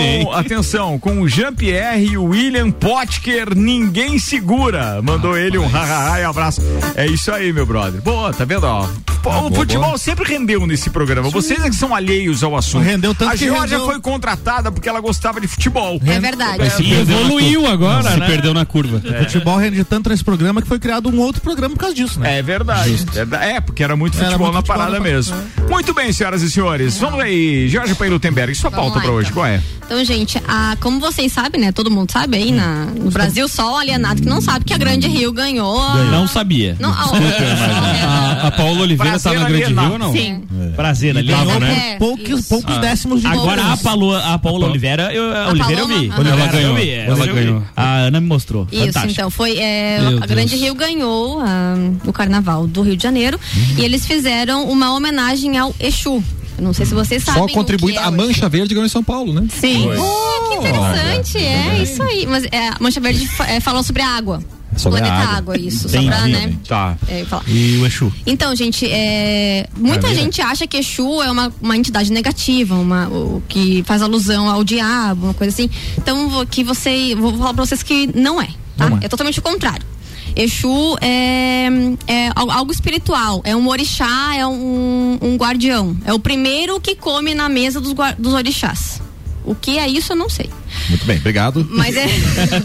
Com, atenção, com o Jean-Pierre e o William Potker, ninguém segura. Mandou ele um hahaha e abraço. É isso aí, meu brother. Boa, tá vendo, ó? Pô, ah, o boa, futebol boa. sempre rendeu nesse programa. Vocês é que são alheios ao assunto. Rendeu tanto a que Georgia rendeu... foi contratada porque ela gostava de futebol. É verdade. É, e evoluiu agora, se né? perdeu na curva. É. O futebol rende tanto nesse programa que foi criado um outro programa por causa disso, né? É verdade. É, é porque era muito futebol, era muito na futebol parada na mesmo. É. Muito bem, senhoras e senhores. Vamos aí, Jorge Pailutenberg, sua Vamos pauta lá, pra hoje, então. qual é? Então, gente, a, como vocês sabem, né? Todo mundo sabe aí na, no Brasil, só o alienado que não sabe que a Grande Rio ganhou. A... Não sabia. Não, a, a, a Paola Oliveira tá na Grande Rio ou não? Sim. É. Prazer ali, Ganhou né? por poucos, poucos ah. décimos de Agora a Paola, a Paola Oliveira, eu, a a Oliveira Paloma, eu vi. ah. Ela ganhou. Eu vi, ela eu ganhou. Vi. A Ana me mostrou. Isso, Fantástico. então, foi é, Meu a Grande Deus. Rio ganhou ah, o Carnaval do Rio de Janeiro Uhum. e eles fizeram uma homenagem ao Exu. Eu não sei se vocês sabem. Só contribuindo. o que é A o Mancha Verde ganhou em São Paulo, né? Sim. Oh, que interessante, é isso aí. Mas é, a Mancha Verde fa- é, falou sobre a água. Sobre Planeta a água. água, isso. Entendi. Só pra, né? Tá. É, falar. E o Exu. Então, gente, é, muita Maravilha. gente acha que Exu é uma, uma entidade negativa, uma, o, que faz alusão ao diabo, uma coisa assim. Então, vou, que você, vou falar pra vocês que não é, tá? Não é. É totalmente o contrário. Exu é, é algo espiritual, é um orixá, é um, um guardião. É o primeiro que come na mesa dos, dos orixás. O que é isso, eu não sei. Muito bem, obrigado. Mas é.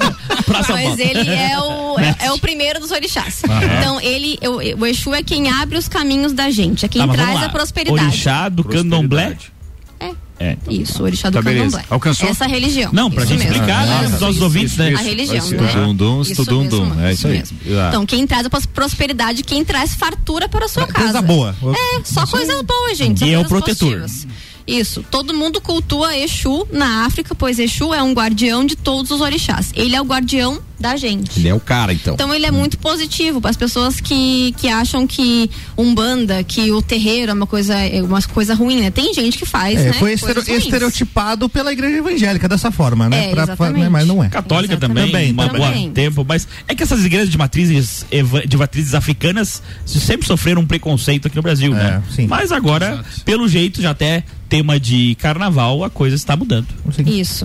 Mas ele é o, é, é o primeiro dos orixás. Aham. Então, ele, o, o Exu é quem abre os caminhos da gente, é quem Tá, mas traz vamos a lá. prosperidade. Orixá do Candomblé. É. É. Isso, o orixá do Tá, beleza. Candomblé. Alcançou? Essa religião. Não, pra Isso gente mesmo. explicar, né, Isso, pros nossos isso, ouvintes, né? A religião, Isso, né? Dum, dum, Isso dum, mesmo, dum. É isso aí. mesmo. Ah. Então, quem traz a prosperidade, quem traz fartura para a sua É, casa. coisa boa. É, só coisas boas, gente. só E é o coisas protetor. positivas. Isso, todo mundo cultua Exu na África, pois Exu é um guardião de todos os orixás. Ele é o guardião da gente. Ele é o cara, então. Então ele é muito positivo para as pessoas que, que acham que Umbanda, que o terreiro é uma coisa, é uma coisa ruim, né? Tem gente que faz, É, né? foi coisas estereo- ruins. estereotipado pela igreja evangélica dessa forma, né? É, Pra- exatamente. né, mas não é. Católica Exatamente. também, Também, uma também. boa tempo, mas é que essas igrejas de matrizes eva- de matrizes africanas sempre sofreram um preconceito aqui no Brasil, né? sim. Mas agora, pelo jeito, já até tema de carnaval, a coisa está mudando. Isso.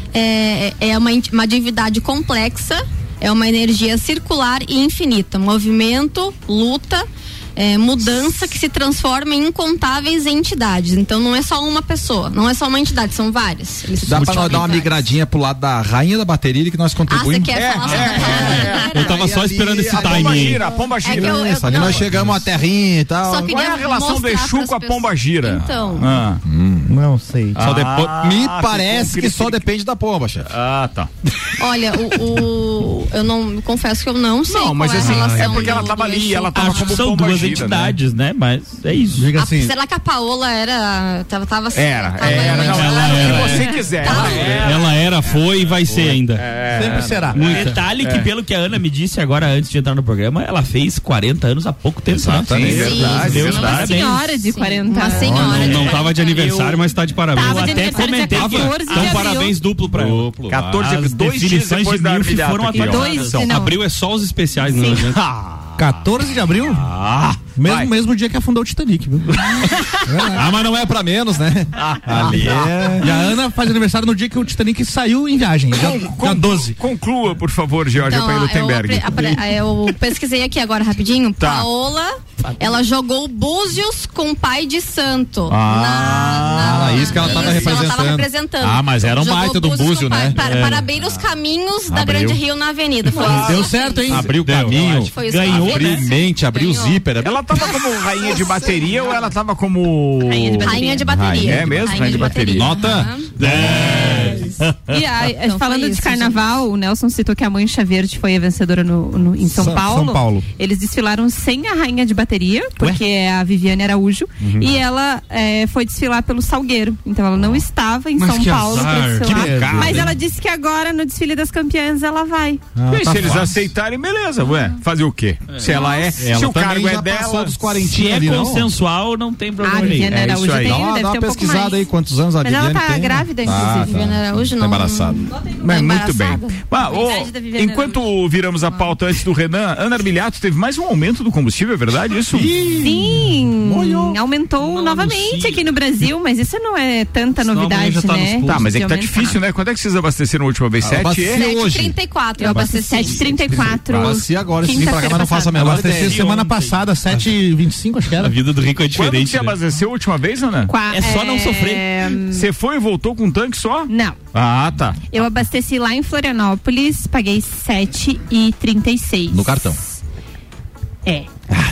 É, é uma, in- uma divindade complexa, é uma energia circular e infinita. Movimento, luta, é, mudança que se transforma em incontáveis entidades. Então não é só uma pessoa, não é só uma entidade, são várias. Eles se Dá pra transformam nós dar em uma várias. migradinha pro lado da rainha da bateria que nós Ah, você contribuímos. quer falar sobre a Eu tava só esperando esse A pomba time aí. gira, a pomba É que gira. eu- eu- Isso, ali não, nós chegamos à terrinha e tal. Só Qual queria é a relação do mostrar Exu pras com a pessoas. pomba gira? Então. Ah, Não sei. Só depois, me Ah, parece ficou que só depende da pomba, chefe. ah tá. Olha, o, o- eu não confesso que eu não sei. Não, mas qual é a assim, relação é porque ela do- tava do ali, Exu. ela tava Acho que como são pomba duas gira, entidades, né? Mas é isso. Diga Ah, assim. será que a Paola era. Tava, tava Era, tava era, uma não, entidade? ela era. o que você quiser. Tá. Ela era. Ela era, foi e vai ser ainda. Sempre será. Detalhe que, pelo que a Ana me disse agora antes de entrar no programa, ela fez quarenta anos há pouco tempo. Exatamente. Né? Sim, verdade, Deus verdade. Uma parabéns. senhora de Sim, quarenta uma anos. senhora. Não, não de tava de aniversário, mas tá de parabéns. Tava de até aniversário dia comentei que- quatorze de Então, abril. parabéns duplo pra ela. quatorze de abril, As dois dias definições depois de da milf armilhata foram aqui, ó. Dois, não. Abril é só os especiais, não adianta. quatorze de abril? Ah, Mesmo, vai. mesmo dia que afundou o Titanic, viu? Ah, mas não é pra menos, né? Ali é. E a Ana faz aniversário no dia que o Titanic saiu em viagem, dia, dia doze. Conclua, por favor, Georgia Então, ó, Pailutenberg. eu, apre- apre- eu pesquisei aqui agora rapidinho. Tá. Paola, ela jogou búzios com pai de santo. Ah, isso que ela tava Ela tava representando. representando. Ah, mas era um Jogou baita do búzios búzio, com pai- né? Para, É. Parabéns os caminhos da Abriu. Grande Rio na avenida. Foi Ah, isso deu que certo, fez. hein? Abriu o Deu, caminho. Foi isso que ela Ganhou, fez, né? Frimente, abriu o Ganhou. zíper. abriu- Ela tava como rainha de bateria ou ela tava como. Rainha de bateria. Rainha de bateria. É mesmo? Rainha de bateria. Nota Aham. E a- Então, falando foi de isso, carnaval, o Nelson citou que a Mancha Verde foi a vencedora no, no- em São, São- Paulo. São Paulo. Eles desfilaram sem a rainha de bateria, porque é a Viviane Araújo, Uhum. e ela é, foi desfilar pelo Salgueiro. Então ela não estava em Mas São que Paulo azar, pra que desfilar. pecado, Mas hein? ela disse que agora no desfile das campeãs ela vai. Ah, E tá se eles fácil. aceitarem, beleza, ué. Fazer o quê? Se ela é, se Ela o também cargo é já passou dela. dos Se quarentinha é ali, não? consensual, não tem A problema nenhum. Viviane É Araújo isso aí. tem, Dá uma, deve dá ter uma um pouco pesquisada mais. aí quantos anos a Mas ela Viviane tá tem. grávida, Ah, inclusive. tá. Viviane Araújo, hoje, não. Embaraçado. Mas muito embaraçada. bem. Ah, ô, Verdade da Viviane enquanto viramos a pauta antes do Renan, Ana Armiliato teve mais um aumento do combustível, é verdade isso? Sim, aumentou novamente aqui no Brasil, mas isso não é tanta novidade, tá né? Tá, mas é que tá De aumentar. difícil, né? Quando é que vocês abasteceram a última vez? Sete? sete e trinta e quatro. Eu abasteci sete e trinta e quatro. Abasteci agora, se vir pra cá, mas não faço a menor Abasteci ideia. semana passada, sete e vinte e cinco, acho que era. A vida do rico é Quando que diferente. você né? abasteceu a última vez, Ana? Qua- É só não sofrer. Você foi e voltou com um tanque só? Não. Ah, tá. Eu abasteci lá em Florianópolis, paguei sete e trinta e seis. No cartão. É.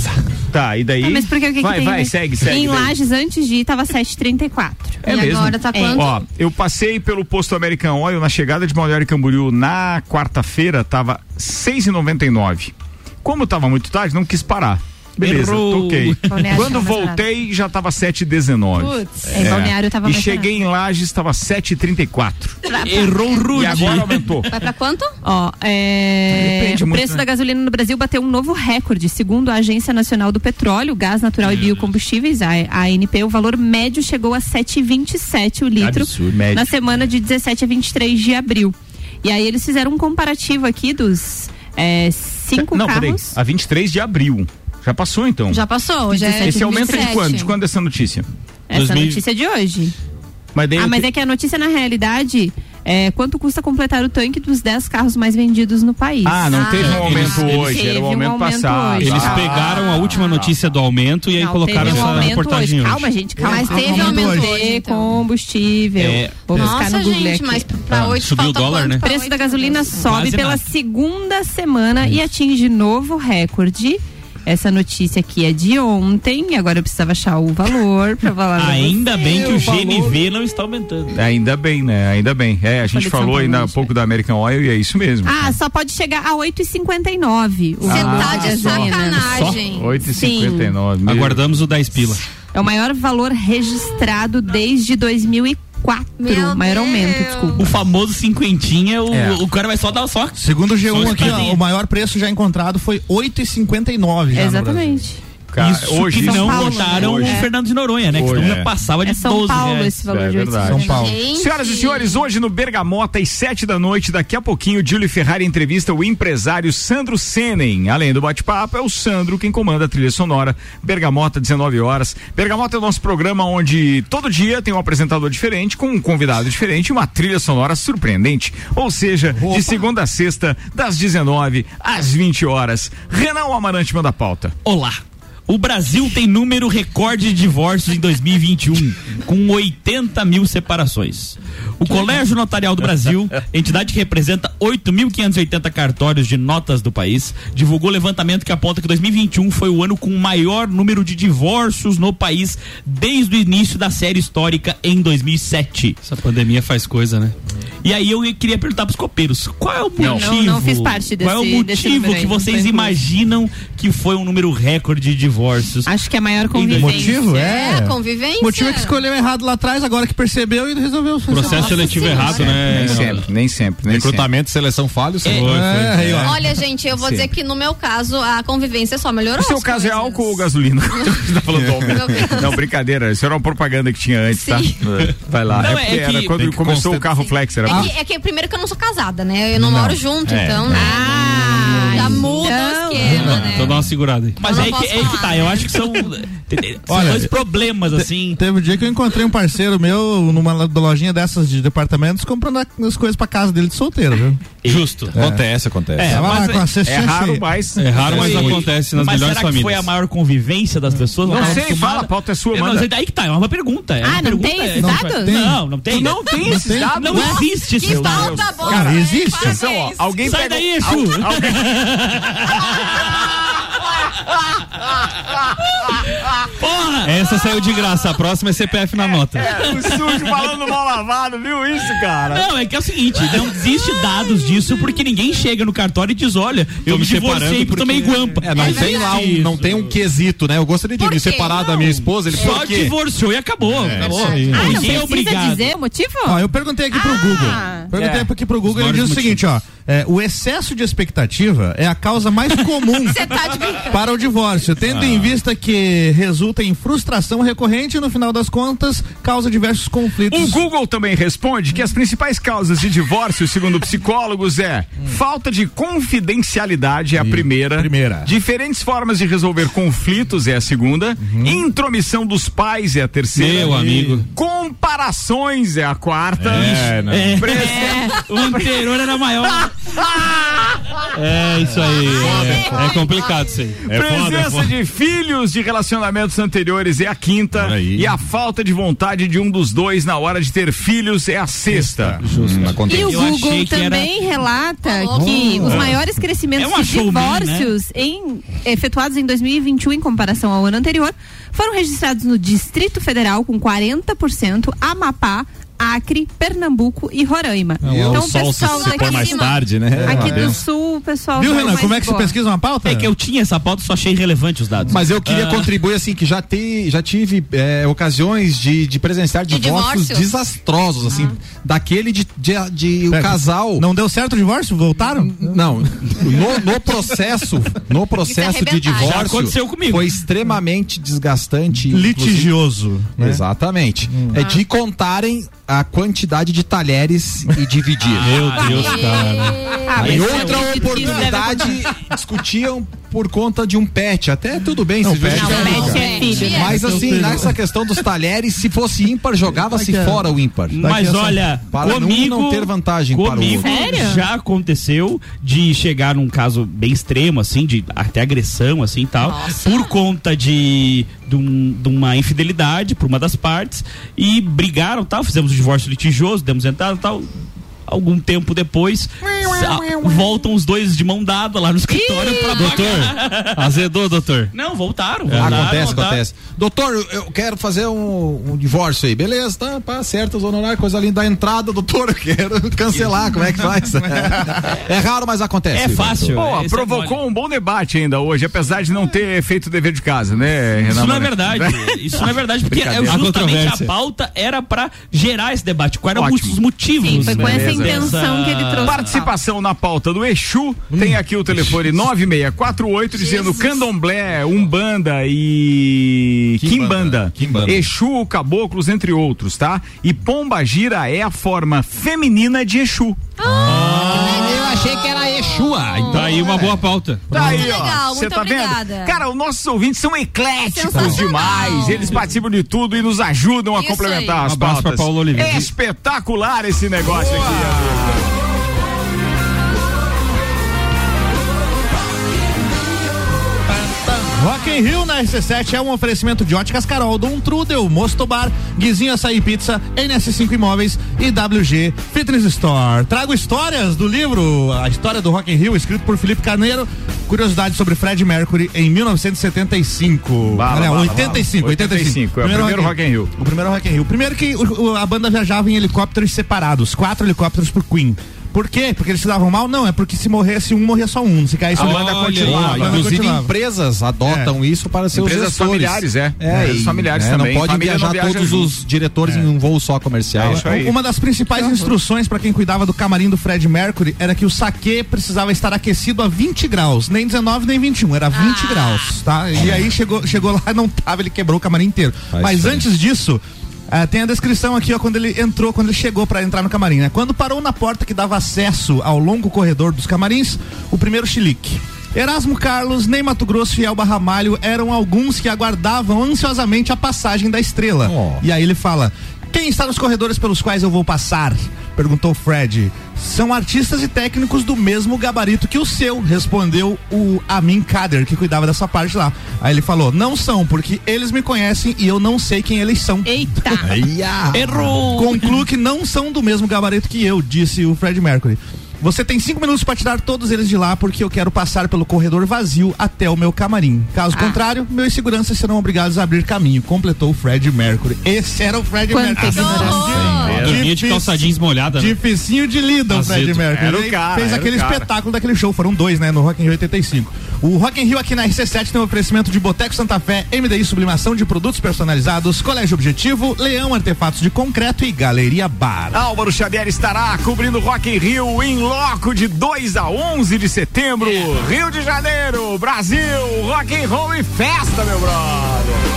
Tá, e daí? Ah, mas porque o que vai, que tem? vai, né? segue, segue. Em daí. Lages, antes de ir, tava sete e trinta e quatro. É E mesmo? agora tá É. quanto? Ó, eu passei pelo posto American Oil na chegada de Balneário Camboriú na quarta-feira, tava seis e noventa e nove. Como tava muito tarde, não quis parar. Beleza, Errou. toquei. Balneário Quando tava mais voltei, já tava sete e dezenove. Putz, em Balneário tava E mais cheguei em Lages, tava sete e trinta e quatro. Errou rude. E agora aumentou. Vai pra quanto? Ó, é... Depende o muito, preço né? da gasolina no Brasil bateu um novo recorde. Segundo a Agência Nacional do Petróleo, Gás Natural e Biocombustíveis, a ANP, o valor médio chegou a sete e vinte e sete o litro Absurdo, médio. na semana de dezessete a vinte e três de abril. E aí eles fizeram um comparativo aqui dos é, cinco Não, peraí, carros. a vinte e três de abril. Já passou então? Já passou, hoje é Esse aumento é de vinte e sete. quando? De quando é essa notícia? Essa dois mil notícia é de hoje. Mas daí Ah, eu mas te- é que a notícia, na realidade, é quanto custa completar o tanque dos dez carros mais vendidos no país. Ah, não teve um aumento eles- hoje, era teve o um aumento aumento passado. hoje. Eles Ah. pegaram a última notícia do aumento e aí Não, colocaram teve um essa aumento reportagem hoje. hoje. Calma, gente, calma. Mas teve Calma, aumento de hoje, então. combustível. É, Vou é. buscar Nossa, no Google gente, aqui. mas pra Ah, oito subiu o falta dólar, quanto? né? O Pra preço oito? da gasolina sobe Quase pela nada. segunda semana e atinge novo recorde. Essa notícia aqui é de ontem e agora eu precisava achar o valor pra falar. pra Ainda você. bem que o G N V não está aumentando. Ainda bem, né? Ainda bem. É, a gente Folha de São falou Paulo ainda há hoje, pouco da American Oil e é isso mesmo. Ah, só pode chegar a oito e cinquenta e nove. Você tá de sacanagem. oito e cinquenta e nove. Aguardamos o dez pila. É o maior valor registrado desde dois mil e quatro. Meu maior Deus. aumento, desculpa. O famoso cinquentinha, o, É. o cara vai só dar só. Segundo o G um Só aqui, ó, espadinha. o maior preço já encontrado foi oito e cinquenta e nove já no Brasil. Exatamente. Cara, Isso hoje que não Paulo, botaram né? o Fernando de Noronha, né? Que Hoje, senão é. já passava de É São doze Paulo reais. esse valor É de verdade. oitocentos. São Paulo. Gente. Senhoras e senhores, hoje no Bergamota, às sete da noite, daqui a pouquinho, Júlio Ferrari entrevista o empresário Sandro Senen. Além do bate-papo, é o Sandro quem comanda a trilha sonora. Bergamota, dezenove horas. Bergamota é o nosso programa onde todo dia tem um apresentador diferente, com um convidado diferente e uma trilha sonora surpreendente. Ou seja, de segunda a sexta, das dezenove às vinte horas. Renan Amarante manda a pauta. Olá. O Brasil tem número recorde de divórcios em dois mil e vinte e um, com oitenta mil separações. O Colégio Notarial do Brasil, entidade que representa oito mil quinhentos e oitenta cartórios de notas do país, divulgou levantamento que aponta que dois mil e vinte e um foi o ano com o maior número de divórcios no país desde o início da série histórica em dois mil e sete. Essa pandemia faz coisa, né? E aí eu queria perguntar pros copeiros, qual é o Não, motivo? não, não fiz parte qual é o desse- desse motivo número aí, que não vocês foi incluso. imaginam que foi um número recorde de divórcios? Acho que é a maior convivência. Motivo? É, É. convivência. O motivo é que escolheu errado lá atrás, agora que percebeu e resolveu. Processo seletivo errado, né? Nem sempre, nem sempre. Nem Recrutamento e seleção falho, Foi, senhor. foi. É, aí, ó. Olha, gente, eu vou Sim. dizer que no meu caso a convivência só melhorou. O seu as caso é coisas. álcool ou gasolina? Você tá falando do homem. Meu caso. Não, brincadeira. Isso era uma propaganda que tinha antes, tá? Sim. Vai lá. Não, é é porque que era tem quando que começou constar- o carro flex. Era É que, é que primeiro que eu não sou casada, né? Eu não, moro junto, É. então, né? Ah, já muda então. o esquema, né? Então dá uma segurada aí. Mas Eu é não que, posso é que falar, tá, né? eu acho que são, são Olha, dois problemas, assim. Teve um dia que eu encontrei um parceiro meu numa lojinha dessas de departamentos comprando a- as coisas pra casa dele de solteiro, viu? Justo. Acontece, acontece. É, Tava lá mas com a É cestinha raro, cheia. mas. É raro, mas Foi- acontece nas mas melhores será que famílias. foi a maior convivência das pessoas? Não tava sei, acostumada? fala, a pauta é sua, É, manda. mas daí que tá, é uma pergunta. É Ah, uma não pergunta, tem é- esses não, dados? Não, não tem. Não tem esses tem? dados? Não existe Que isso. pauta boa, Cara, hein? existe. Parabéns. Atenção, ó, alguém Sai pega- daí, Exu. Al- alguém- Porra! Essa saiu de graça, a próxima é C P F na nota. É, o sujo falando mal lavado, viu isso, cara? Não, é que é o seguinte, não existe dados disso porque ninguém chega no cartório e diz, olha, eu Tô me me divorciei separando porque porque- tomei guampa. É, não É tem lá um, verdade. não tem um quesito, né? Eu gostaria de Por me quê? separar da Não. minha esposa, ele Só por quê? divorciou e acabou. acabou. isso aí. Ah, não Ninguém é precisa obrigado. dizer o motivo? Ó, eu perguntei aqui pro Ah. Google. Perguntei É. aqui pro Google, Os ele diz o maiores seguinte, ó, é, o excesso de expectativa é a causa mais comum tá para o divórcio, tendo Ah. em vista que resulta em frustração recorrente e no final das contas causa diversos conflitos. O Google também responde que as principais causas de divórcio, segundo psicólogos, é falta de confidencialidade é a primeira, primeira. diferentes formas de resolver conflitos é a segunda, intromissão dos pais é a terceira, Meu amigo. comparações é a quarta, É, não. É. Presen- O anterior era maior. É isso aí. É, é complicado isso aí. É foda, é presença foda. de filhos de relacionamentos anteriores é a quinta Olha aí. e a falta de vontade de um dos dois na hora de ter filhos é a sexta. Hum, acontece. E o Eu Google achei que era- também relata que os maiores crescimentos É uma de showman, divórcios em, efetuados em dois mil e vinte e um em comparação ao ano anterior foram registrados no Distrito Federal com quarenta por cento, Amapá, Acre, Pernambuco e Roraima. Então, o pessoal daqui, tarde, né? aqui É. do sul, o pessoal Viu, vai Renan, mais como é que se boa. pesquisa uma pauta? É que eu tinha essa pauta, só achei irrelevante os dados. Mas eu queria Ah. contribuir assim que já, te, já tive é, ocasiões de, de presenciar De divórcios divórcio? desastrosos, assim, daquele de, de, de o Pera, casal. Não deu certo o divórcio? Voltaram? Não, no, no processo, no processo de arrebentar. Já divórcio aconteceu comigo. foi extremamente desgastante, inclusive- Litigioso. Né? Exatamente. É de contarem a quantidade de talheres e dividir. Meu Deus, cara. Ah, Em mas outra é, oportunidade, discutiam por conta de um pet. Até tudo bem Não, se pet tivesse- Não, pet é filho. Mas É. assim, Filho. nessa questão dos talheres, se fosse ímpar, jogava-se Daqui a- fora o ímpar. Mas Daqui a- olha, Para comigo, um não ter vantagem para o comigo outro. Sério? já aconteceu de chegar num caso bem extremo, assim, de até agressão, assim, e tal, Nossa. por conta de, de, um- de uma infidelidade por uma das partes e brigaram, tal, fizemos um divórcio litigioso, demos entrada, tal. Algum tempo depois, sa- voltam os dois de mão dada lá no escritório pra Doutor, azedou, doutor. Não, voltaram. voltaram Acontece, voltaram. acontece. Doutor, eu- eu quero fazer um, um divórcio aí. Beleza, tá, pá, certo, os honorários, coisa linda da entrada, doutor, eu quero cancelar, como é que faz? É raro, mas acontece. É fácil. Pô, Esse é provocou mole. um bom debate ainda hoje, apesar de não ter feito o dever de casa, né, Renan? Isso não é Mané? verdade. Isso não é verdade, porque é Brincadeira. Há justamente a controvérsia. pauta era pra gerar esse debate. Quais eram Ótimo. os motivos? Sim, foi com né, essa dessa- intenção que ele trouxe. Participação na pauta do Exu, tem aqui o telefone nove seis quatro oito dizendo Candomblé, Umbanda e Quimbanda, Quimbanda. Exu, Caboclos, entre outros, tá? E Pombagira é a forma feminina de Exu. Eu achei que era Exua. Então, Tá aí uma boa pauta. Tá aí, Muito ó. legal, Cê muito tá obrigada. vendo? Cara, os nossos ouvintes são ecléticos Sensacional. demais. Eles participam de tudo e nos ajudam a Isso complementar aí. as Um abraço pautas. pra Paulo Oliveira. Espetacular esse negócio aqui. ó. Rock in Rio na R C sete é um oferecimento de Óticas Carol, Dom Trudel, Mostobar, Guizinho Açaí Pizza, N S cinco Imóveis e W G Fitness Store. Trago histórias do livro A História do Rock in Rio, escrito por Felipe Carneiro. Curiosidades sobre Fred Mercury em mil novecentos e setenta e cinco. Bala, Não, bala, oitenta e cinco, bala. oitenta e cinco. oitenta e cinco, é o primeiro Rock in Rio. O primeiro Rock in Rio. Primeiro que o- o- a banda viajava em helicópteros separados, quatro helicópteros por Queen. Por quê? Porque eles se davam mal? Não, é porque se morresse um, morria só um. Se caísse um, Olha, a banda continuava. a banda inclusive continuava. empresas adotam isso para seus Empresas gestores. familiares, é. É, Empresas e, familiares né, também. Não pode Família viajar não viaja todos junto. os diretores em um voo só comercial. É isso aí. Uma das principais instruções para quem cuidava do camarim do Fred Mercury era que o saquê precisava estar aquecido a vinte graus, nem dezenove nem vinte e um, era vinte graus, tá? E aí chegou, chegou lá, não tava, ele quebrou o camarim inteiro. Faz Mas diferença. antes disso, ah, tem a descrição aqui, ó, quando ele entrou, quando ele chegou para entrar no camarim, né? Quando parou na porta que dava acesso ao longo corredor dos camarins, o primeiro chilique. Erasmo Carlos, Ney Mato Grosso e Elba Ramalho eram alguns que aguardavam ansiosamente a passagem da estrela. Oh. E aí ele fala: quem está nos corredores pelos quais eu vou passar? Perguntou Fred. São artistas e técnicos do mesmo gabarito que o seu, respondeu o Amin Kader, que cuidava dessa parte lá. Aí ele falou: não são, porque eles me conhecem e eu não sei quem eles são. Eita! Errou! Concluo que não são do mesmo gabarito que eu, disse o Fred Mercury. Você tem cinco minutos para tirar todos eles de lá, porque eu quero passar pelo corredor vazio até o meu camarim. Caso contrário, meus seguranças serão obrigados a abrir caminho, completou o Fred Mercury. Esse era o Fred Quanta Mercury. ignorância. Dormia de calça jeans molhada. né? Dificinho de lida o Azedo. Fred Mercury. Era o Ele cara, fez era aquele o cara. espetáculo daquele show, foram dois, né, no Rock in Rio oitenta e cinco. O Rock in Rio aqui na R C sete tem um oferecimento de Boteco Santa Fé, M D I Sublimação de Produtos Personalizados, Colégio Objetivo, Leão Artefatos de Concreto e Galeria Bar. Álvaro Xavier estará cobrindo Rock in Rio em loco de dois a onze de setembro. É. Rio de Janeiro, Brasil, rock and roll e festa, meu brother.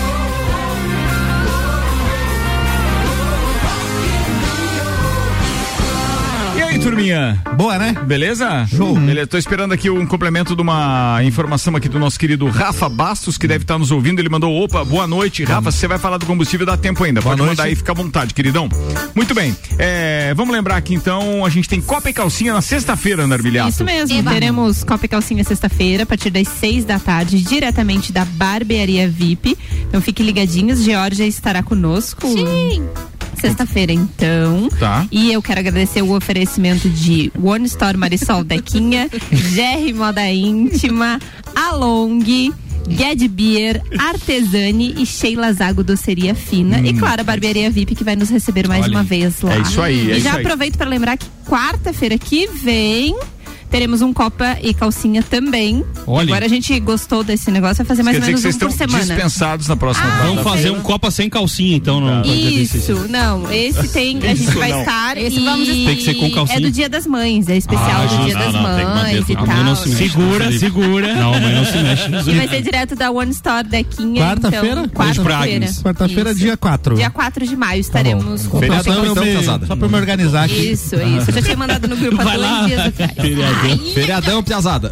E aí, turminha? Boa, né? Beleza? Show. Beleza, tô esperando aqui um complemento de uma informação aqui do nosso querido Rafa Bastos, que deve estar nos ouvindo. Ele mandou, opa, boa noite. Rafa, você vai falar do combustível, dá tempo ainda. Boa Pode noite. Mandar aí, fica à vontade, queridão. Muito bem, é, vamos lembrar aqui então, a gente tem Copa e Calcinha na sexta-feira, Ana Armiliato. Isso mesmo, Eba. Teremos Copa e Calcinha sexta-feira, a partir das seis da tarde, diretamente da Barbearia V I P. Então fiquem ligadinhos, Georgia estará conosco. Sim. Sexta-feira, então. Tá. E eu quero agradecer o oferecimento de One Store Marisol Dequinha, Jerry Moda Íntima, Along, Get Beer, Artesani e Sheila Zago Doceria Fina. Hum. E claro, a Barbearia V I P que vai nos receber mais Olha, uma vez lá. É isso aí, é E já isso aí. aproveito para lembrar que quarta-feira que vem teremos um Copa e Calcinha também. Olha. Agora a gente gostou desse negócio, vai fazer mais Quer ou menos dizer um que por vocês estão semana. dispensados na próxima Ah, Vamos fazer um Copa sem calcinha, então. Não, Isso, não, esse tem, a gente Isso vai não. estar Esse e vamos- Tem que ser com calcinha. é do Dia das Mães, é especial Ah, do Dia justo. das Não, não, tem que manter Mães e tudo. A mãe não se tal. mexe. Segura, segura. Não, mas não se mexe. E vai ser direto da One Store Dequinha. Quarta-feira? Então, quarta-feira. Quarta-feira, Isso. dia quatro. Dia quatro de maio estaremos com Feriadão, Copa e então, Calcinha. casada. Só pra me organizar aqui. Isso, isso. Eu já tinha mandado no grupo há Vai dois lá. dias atrás. Feriadão, piazada.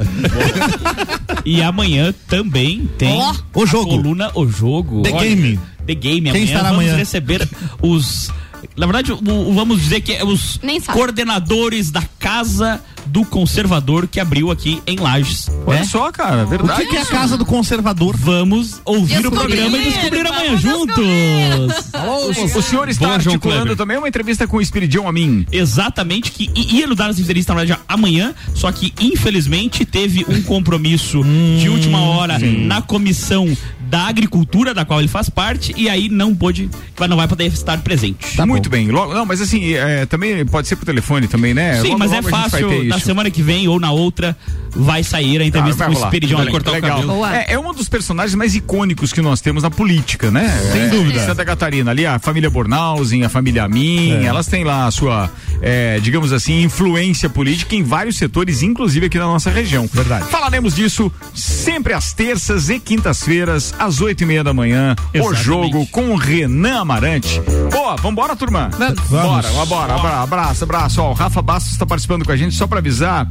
E amanhã também tem Oh, o jogo. a coluna O Jogo. The Olha, Game. The Game. Quem Amanhã estará vamos amanhã? receber os... Na verdade, o, o- vamos dizer que é os Nem sabe. coordenadores da Casa do Conservador que abriu aqui em Lages. Olha É? só, cara, O verdade. que, que é a casa do conservador? Vamos ouvir o Descobrir. programa e descobrir amanhã juntos. O, o senhor está Boa, João articulando Kleber. também uma entrevista com o Espiridião Amin. Exatamente, que i- ia nos dar essa entrevista na verdade amanhã, só que infelizmente teve um compromisso de última hora na comissão da agricultura, da qual ele faz parte, e aí não pôde, não vai poder estar presente. Tá Muito bem. Logo, não, mas assim, é, também pode ser por telefone também, né? Sim, Logo, mas logo é a gente vai ter fácil, na isso. semana que vem ou na outra vai sair a entrevista Tá, vai com o rolar. Espiridião. Vai Vai cortar cortar legal. o cabelo. Boa. É, é um dos personagens mais icônicos que nós temos na política, né? Sem É, dúvida. em Santa Catarina, ali a família Bornhausen, a família Amin, É. elas têm lá a sua, é, digamos assim, influência política em vários setores, inclusive aqui na nossa região. Verdade. Falaremos disso sempre às terças e quintas-feiras, às oito e meia da manhã. Exatamente. O jogo com o Renan Amarante. Boa, vambora, turma? Vamos. Bora, bora, abra- abraço, abraço. Ó, o Rafa Bastos está participando com a gente, só pra avisar.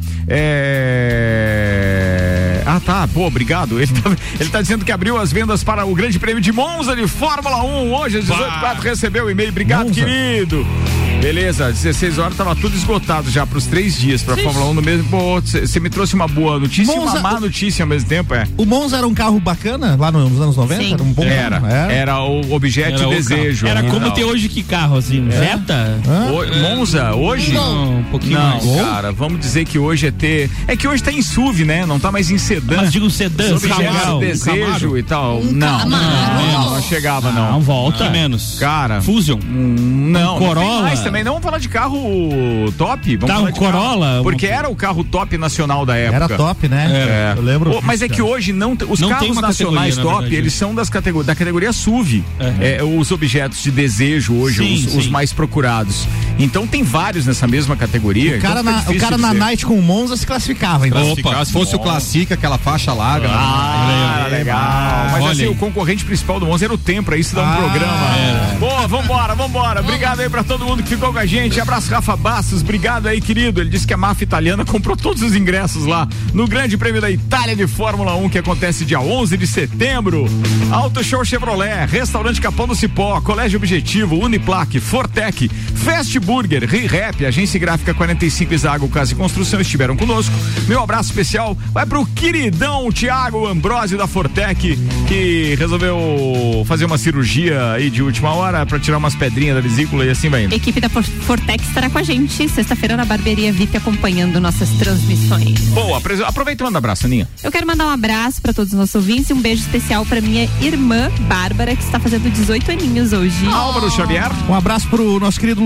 É... Ah, tá, pô, obrigado. Ele tá, ele tá dizendo que abriu as vendas para o Grande Prêmio de Monza de Fórmula um. Hoje, às dezoito e quatro, recebeu o e-mail. Obrigado, Monza. querido. Beleza, às dezesseis horas tava tudo esgotado já pros três dias pra Fórmula um no mesmo. Pô, você me trouxe uma boa notícia Monza- e uma má notícia ao mesmo tempo, é. O Monza era um carro bacana lá nos anos noventa? Sim. Era um bom Era, carro. Era. era o objeto Era o de desejo. Era né, como tal. ter hoje que carro, assim, Jetta? Hã? O- Monza, hoje? Não, um pouquinho Não, mais. cara, vamos dizer que hoje é ter. É que hoje tá em S U V, né? Não tá mais em sedã. Mas digo sedã, Objeto de Camaro. desejo Camaro. e tal. Um não, Camaro. não, não, não chegava, não. Não, volta. Que menos. Cara, Fusion. hum, não, não tem Corolla. mais também. Não vamos falar de carro top. Vamos Tá, falar um de Corolla, Carro, um- porque era o carro top nacional da época. Era top, né? É. Eu lembro. Ô, mas é que hoje não te- os Não tem carros uma nacionais categoria, na top, verdade. eles são das categor da categoria S U V. É, os objetos de desejo hoje, Sim, os, os sim. mais procurados. Então tem vários nessa mesma categoria. O cara, então fica na, o difícil cara na dizer. Night com o Monza se classificava, então. Opa, se fosse o Classic, aquela faixa larga. Ah, né? legal. Mas Olha assim, aí. o concorrente principal do Monza era o Tempra, isso dá um Ah, programa. Boa, vambora, vambora. Obrigado aí pra todo mundo que ficou com a gente. Abraço, Rafa Bastos. Obrigado aí, querido. Ele disse que a máfia italiana comprou todos os ingressos lá no Grande Prêmio da Itália de Fórmula um, que acontece dia onze de setembro. Auto Show Chevrolet, Restaurante Capão do Cipó, Colégio Objetivo, Uniplaque, Fortec, Fast Burger, ReHap, Agência Gráfica quarenta e cinco e Zago Casa e Construção estiveram conosco. Meu abraço especial vai pro queridão Thiago Ambrosio da Fortec, que resolveu fazer uma cirurgia aí de última hora pra tirar umas pedrinhas da vesícula e assim vai indo. A equipe da For- Fortex estará com a gente sexta-feira na Barbearia V I P acompanhando nossas transmissões. Boa, apres- aproveita e manda um abraço, Aninha. Eu quero mandar um abraço para todos os nossos ouvintes e um beijo especial para minha irmã Bárbara, que está fazendo dezoito aninhos hoje. Álvaro Xavier. Um abraço pro nosso querido Luciano Volpe,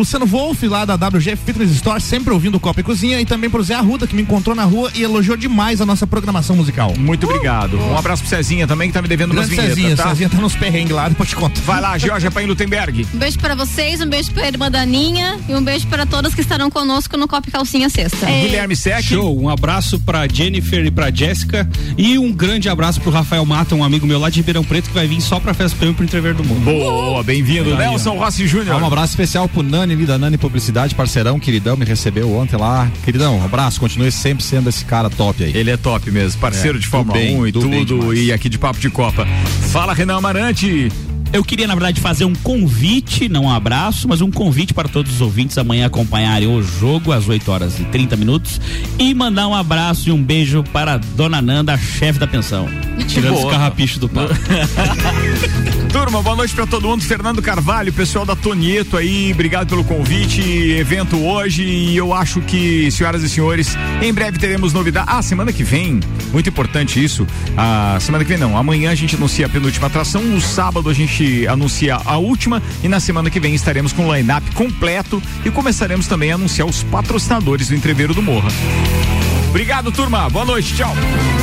Wolf lá da W G Fitness Store, sempre ouvindo Copa e Cozinha, e também pro Zé Arruda, que me encontrou na rua e elogiou demais a nossa programação musical. Muito obrigado. Um abraço pro Cezinha também, que tá me devendo umas Grande vinhetas, Cezinha, tá? Cezinha tá nos perrengues lá, depois te conto. Vai lá, Georgia Paim Lutemberg. Um beijo pra vocês, um beijo pra irmã Daninha e um beijo pra todas que estarão conosco no Copa e Calcinha sexta. É. Guilherme Sec. Show, um abraço pra Jennifer e pra Jéssica e um grande abraço pro Rafael Mata, um amigo meu lá de Ribeirão Preto, que vai vir só pra Festa Prêmio pro Entrever do Mundo. Boa, bem-vindo. Nelson Rossi Júnior. Um abraço especial pro Nani ali da Nani Publicidade, parceirão, queridão, me recebeu ontem lá. Queridão, um abraço, continue sempre sendo esse cara top aí. Ele é top mesmo, parceiro é, de Fórmula bem, um e tudo, e aqui de Papo de Copa. Fala, Renan Amarante. Eu queria, na verdade, fazer um convite, não um abraço, mas um convite para todos os ouvintes amanhã acompanharem o jogo às oito horas e trinta minutos e mandar um abraço e um beijo para a dona Nanda, a chefe da pensão. Tirando os carrapichos do papo. Turma, boa noite pra todo mundo. Fernando Carvalho, pessoal da Tonieto aí, obrigado pelo convite, evento hoje, e eu acho que, senhoras e senhores, em breve teremos novidade. Ah, semana que vem, muito importante isso, a semana que vem não, amanhã a gente anuncia a penúltima atração, no sábado a gente anuncia a última, e na semana que vem estaremos com o line-up completo e começaremos também a anunciar os patrocinadores do Entreveiro do Morra. Obrigado, turma, boa noite, tchau.